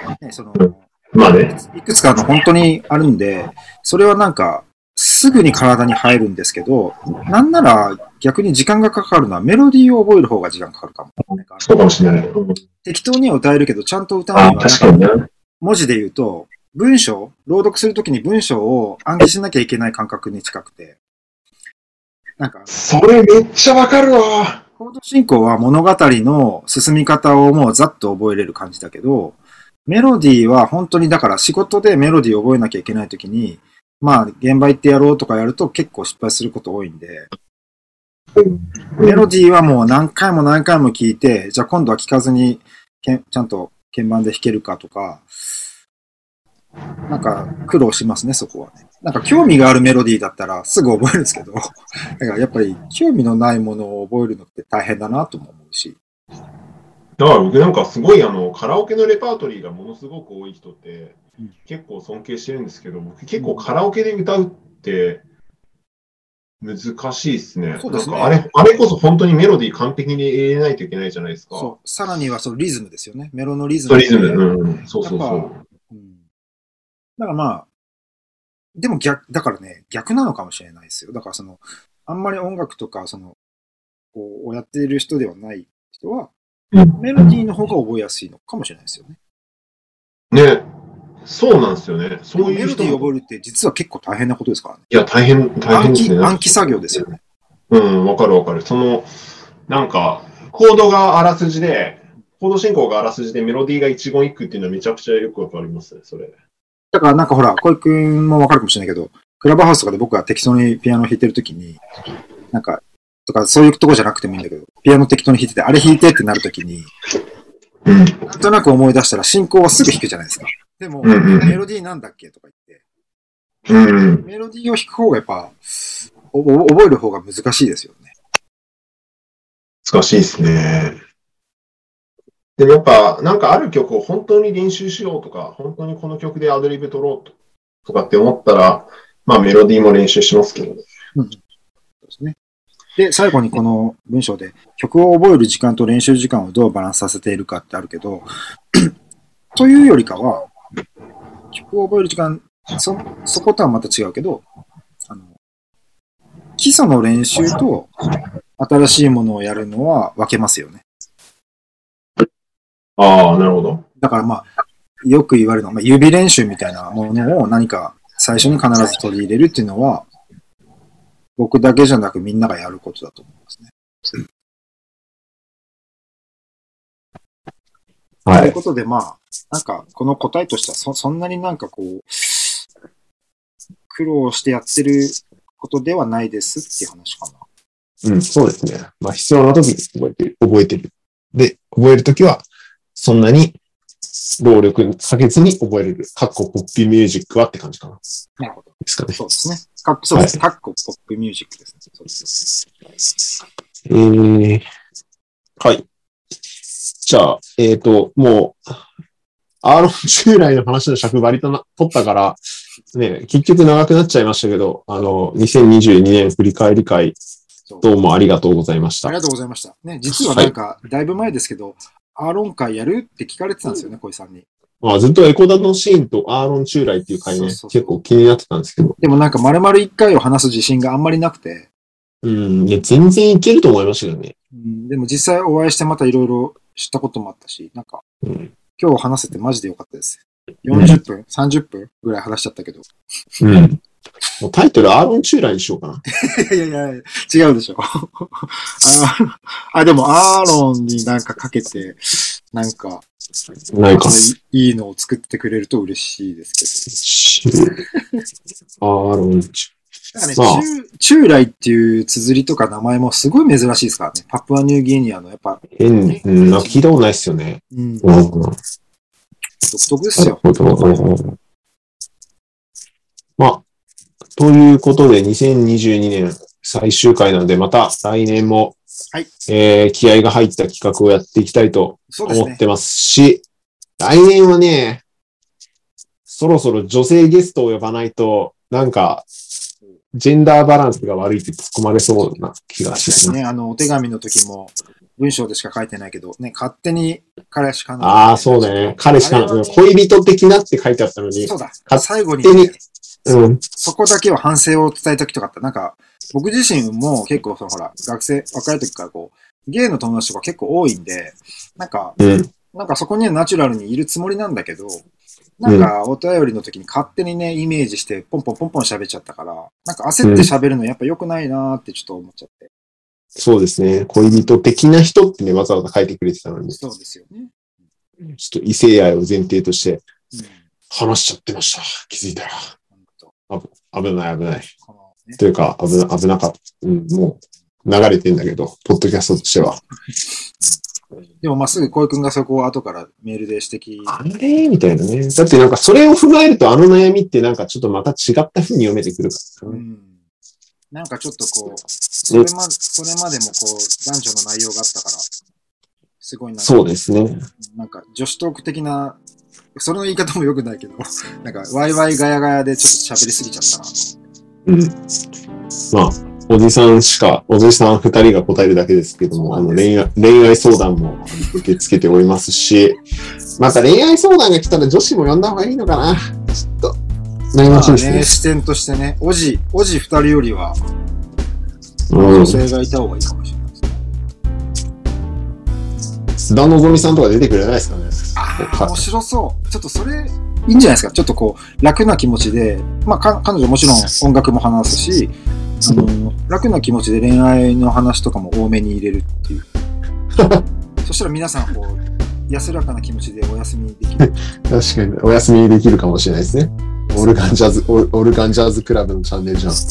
S4: いくつか本当にあるんで、それはなんか、すぐに体に入るんですけど、なんなら逆に時間がかかるのはメロディーを覚える方が時間かかるかも。
S3: そうかもしれない。
S4: 適当には歌えるけど、ちゃんと歌うには、
S3: 確かにね。
S4: 文字で言うと、朗読するときに文章を暗記しなきゃいけない感覚に近くて。なんか、
S3: それめっちゃわかるわ。
S4: コード進行は物語の進み方をもうざっと覚えれる感じだけど、メロディーは本当にだから仕事でメロディーを覚えなきゃいけないときに、現場行ってやろうとかやると結構失敗すること多いんで、メロディーはもう何回も何回も聞いて、じゃあ今度は聞かずにちゃんと鍵盤で弾けるかとか、なんか苦労しますね、そこはね。なんか興味があるメロディーだったらすぐ覚えるんですけど、だからやっぱり興味のないものを覚えるのって大変だなとも思うし。
S3: だから僕なんかすごいカラオケのレパートリーがものすごく多い人って結構尊敬してるんですけど、僕結構カラオケで歌うって難しいですね。
S4: そうですね。
S3: なんかあれこそ本当にメロディー完璧に入れないといけないじゃないですか。
S4: そう。さらにはそのリズムですよね。メロのリズム。
S3: リズム。そう。
S4: だからでもだからね、逆なのかもしれないですよ。だからあんまり音楽とか、こうやっている人ではない人は、メロディーの方が覚えやすいのかもしれないですよね。
S3: ね。そうなんですよね。そういう人
S4: メロディーを覚えるって実は結構大変なことですからね。
S3: いや、大変ですね。
S4: 暗記作業ですよね。
S3: わかる。なんか、コードがあらすじで、コード進行があらすじでメロディーが一言一句っていうのはめちゃくちゃよくわかりますね、それ。
S4: だからなんかほら、小井くんもわかるかもしれないけど、クラブハウスとかで僕が適当にピアノを弾いてるときに、なんか、とかそういうとこじゃなくてもいいんだけど、ピアノ適当に弾いてて、あれ弾いてってなるときに、なんとなく思い出したら進行はすぐ弾くじゃないですか。でも、メロディーなんだっけとか言って、メロディーを弾く方がやっぱ、覚える方が難しいですよね。
S3: 難しいですね。でもやっぱ、なんかある曲を本当に練習しようとか、本当にこの曲でアドリブ取ろうとかって思ったら、メロディーも練習しますけどね。
S4: そうですね。で、最後にこの文章で、曲を覚える時間と練習時間をどうバランスさせているかってあるけど、というよりかは、曲を覚える時間、そことはまた違うけど、基礎の練習と新しいものをやるのは分けますよね。
S3: ああ、なるほど。
S4: だからよく言われるのは、指練習みたいなものを何か最初に必ず取り入れるっていうのは、僕だけじゃなくみんながやることだと思いますね。はい。ということで、なんかこの答えとしてはそんなになんかこう、苦労してやってることではないですっていう話かな。
S5: そうですね。必要な時に覚えてる。で、覚えるときは、そんなに労力かけずに覚えれる。ポップミュージックはって感じかな。
S4: なるほど。
S5: ですかね。
S4: そうですね。そうです。ポップミュージックですね。そうです
S5: はい。じゃあ、もう、アーロン従来の話の尺割と取ったから、ね、結局長くなっちゃいましたけど、2022年振り返り会、どうもありがとうございました。
S4: ありがとうございました。ね、実はなんか、だいぶ前ですけど、アーロン会やるって聞かれてたんですよね、小井さんに。
S5: ずっとエコダのシーンとアーロン従来っていう回ね、結構気になってたんですけど。
S4: でもなんか丸々1回を話す自信があんまりなくて。
S5: いや、全然いけると思いましたけどね。
S4: でも実際お会いしてまたいろいろ知ったこともあったし、なんか、今日話せてマジでよかったです。 40分、30分ぐらい話しちゃったけど。
S5: うん。もうタイトルアーロン・チューラーにしようかな。
S4: いやいや、違うでしょ。でもアーロンになんかかけて、なんかいいのを作ってくれると嬉しいですけど。
S5: アーロン・チューラー。
S4: だからね、チューライっていう綴りとか名前もすごい珍しいですからね。パプアニューギニアのやっぱ。
S5: 聞いたことないっすよね。独
S4: 特っすよ。
S5: まあ、ということで、2022年最終回なので、また来年も、
S4: はい
S5: 気合が入った企画をやっていきたいと思ってますし、来年はね、そろそろ女性ゲストを呼ばないと、なんか、ジェンダーバランスが悪いって突っ込まれそうな気がします
S4: ね。お手紙の時も文章でしか書いてないけど、ね、勝手に彼氏彼女。
S5: ああ、そうね。彼氏彼女、恋人的なって書いてあったのに。
S4: そうだ。最後に、
S5: ね、
S4: そこだけは反省を伝えときたかった。なんか、僕自身も結構ほら、若い時からゲイの友達とか結構多いんで、なんかそこにはナチュラルにいるつもりなんだけど、なんか、お便りの時に勝手にね、イメージして、ポンポン喋っちゃったから、なんか焦って喋るのやっぱ良くないなーってちょっと思っちゃって。
S5: そうですね。恋人的な人ってね、わざわざ書いてくれてたのに。
S4: そうですよね。
S5: ちょっと異性愛を前提として、話しちゃってました。気づいたら。危ない。というか、危なかった。もう、流れてんだけど、ポッドキャストとしては。
S4: でもまっすぐ小井くんがそこを後からメールで指摘。
S5: あれみたいなね。だってなんかそれを踏まえるとあの悩みってなんかちょっとまた違った風に読めてくるから、ね。
S4: なんかちょっとそれまでも男女の内容があったから、すごいな。
S5: そうですね。
S4: なんか女子トーク的な、その言い方も良くないけど、なんかワイワイガヤガヤでちょっと喋りすぎちゃったなと。
S5: まあ。おじさん2人が答えるだけですけども、恋愛相談も受け付けておりますし、また恋愛相談が来たら女子も呼んだ方がいいのかな。ちょっと、悩ましいですね。
S4: 視点としてね、おじ2人よりは、女性がいた方がいいかもしれないですね。須
S5: 田のぞみさんとか出てくれないですかね。
S4: 面白そう。ちょっとそれ、いいんじゃないですか。ちょっと楽な気持ちで、まあ、彼女もちろん音楽も話すし、楽な気持ちで恋愛の話とかも多めに入れるっていう。そしたら皆さん安らかな気持ちでお休みできる。
S5: 確かにお休みできるかもしれないですね。オルガンジャズクラブのチャンネルじゃん。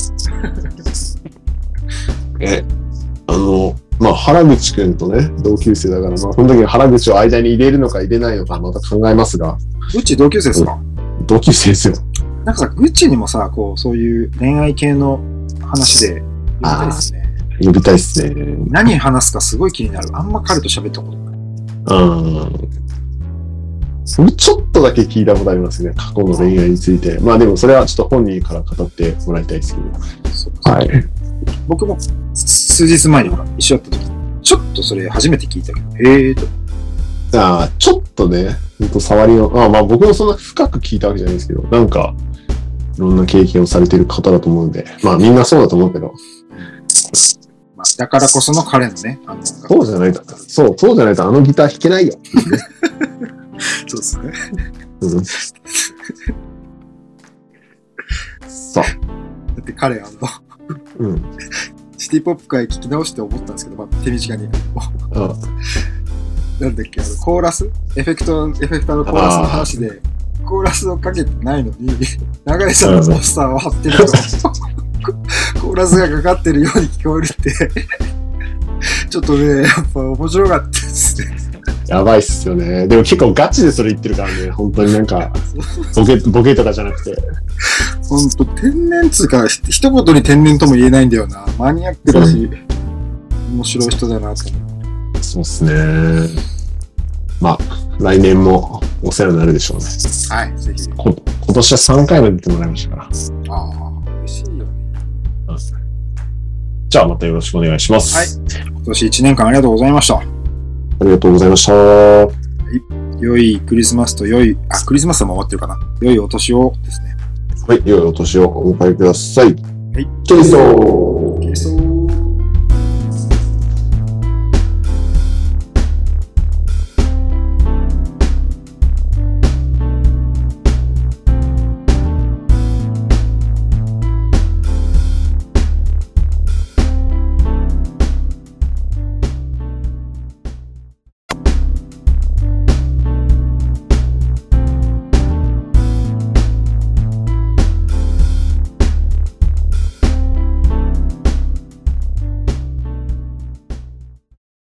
S5: まあ原口くんとね同級生だから、まあその時に原口を間に入れるのか入れないのかまた考えますが。
S4: グッチ同級生ですか？
S5: 同級生ですよ。
S4: なんかさ、グッチにもさ、そういう恋愛系の話で呼びたいですね。
S5: 呼びたいですね。
S4: 何話すかすごい気になる。あんま彼と喋ったことない。
S5: ちょっとだけ聞いたことありますね。過去の恋愛について。まあでもそれはちょっと本人から語ってもらいたいですけど。はい。
S4: 僕も数日前に一緒だった時、ちょっとそれ初めて聞いたけど、
S5: ちょっとね、触りを、まあ僕もそんな深く聞いたわけじゃないですけど、なんか、いろんな経験をされている方だと思うんで、まあみんなそうだと思うけど。
S4: まあ、だからこその彼のね、
S5: そうじゃないとあのギター弾けないよ。
S4: そうですね。
S5: さあ。
S4: だって彼シティポップ界聞き直して思ったんですけど、まあ、手短に。なんだっけ、コーラスエフェクターのコーラスの話で、コーラスをかけてないのに、流れさんのポスターを貼ってると、コーラスがかかってるように聞こえるって、ちょっとね、やっぱ面白かったですね。
S5: やばいっすよね。でも結構ガチでそれ言ってるからね、本当になんか、ボケとかじゃなくて。
S4: 本当天然つうか、一言に天然とも言えないんだよな。マニアックだし、面白い人だなと思って。
S5: そうっすね。まあ、来年もお世話になるでしょうね。
S4: はい、ぜひ。
S5: 今年は3回も出てもらいましたから。
S4: 嬉しいよね。
S5: じゃあまたよろしくお願いします。
S4: はい。今年1年間ありがとうございました。
S5: ありがとうございました。
S4: はい。良いクリスマスとクリスマスはもう終わってるかな。良いお年をですね。
S5: はい、良いお年をお迎えください。
S4: はい。
S5: ケイソー。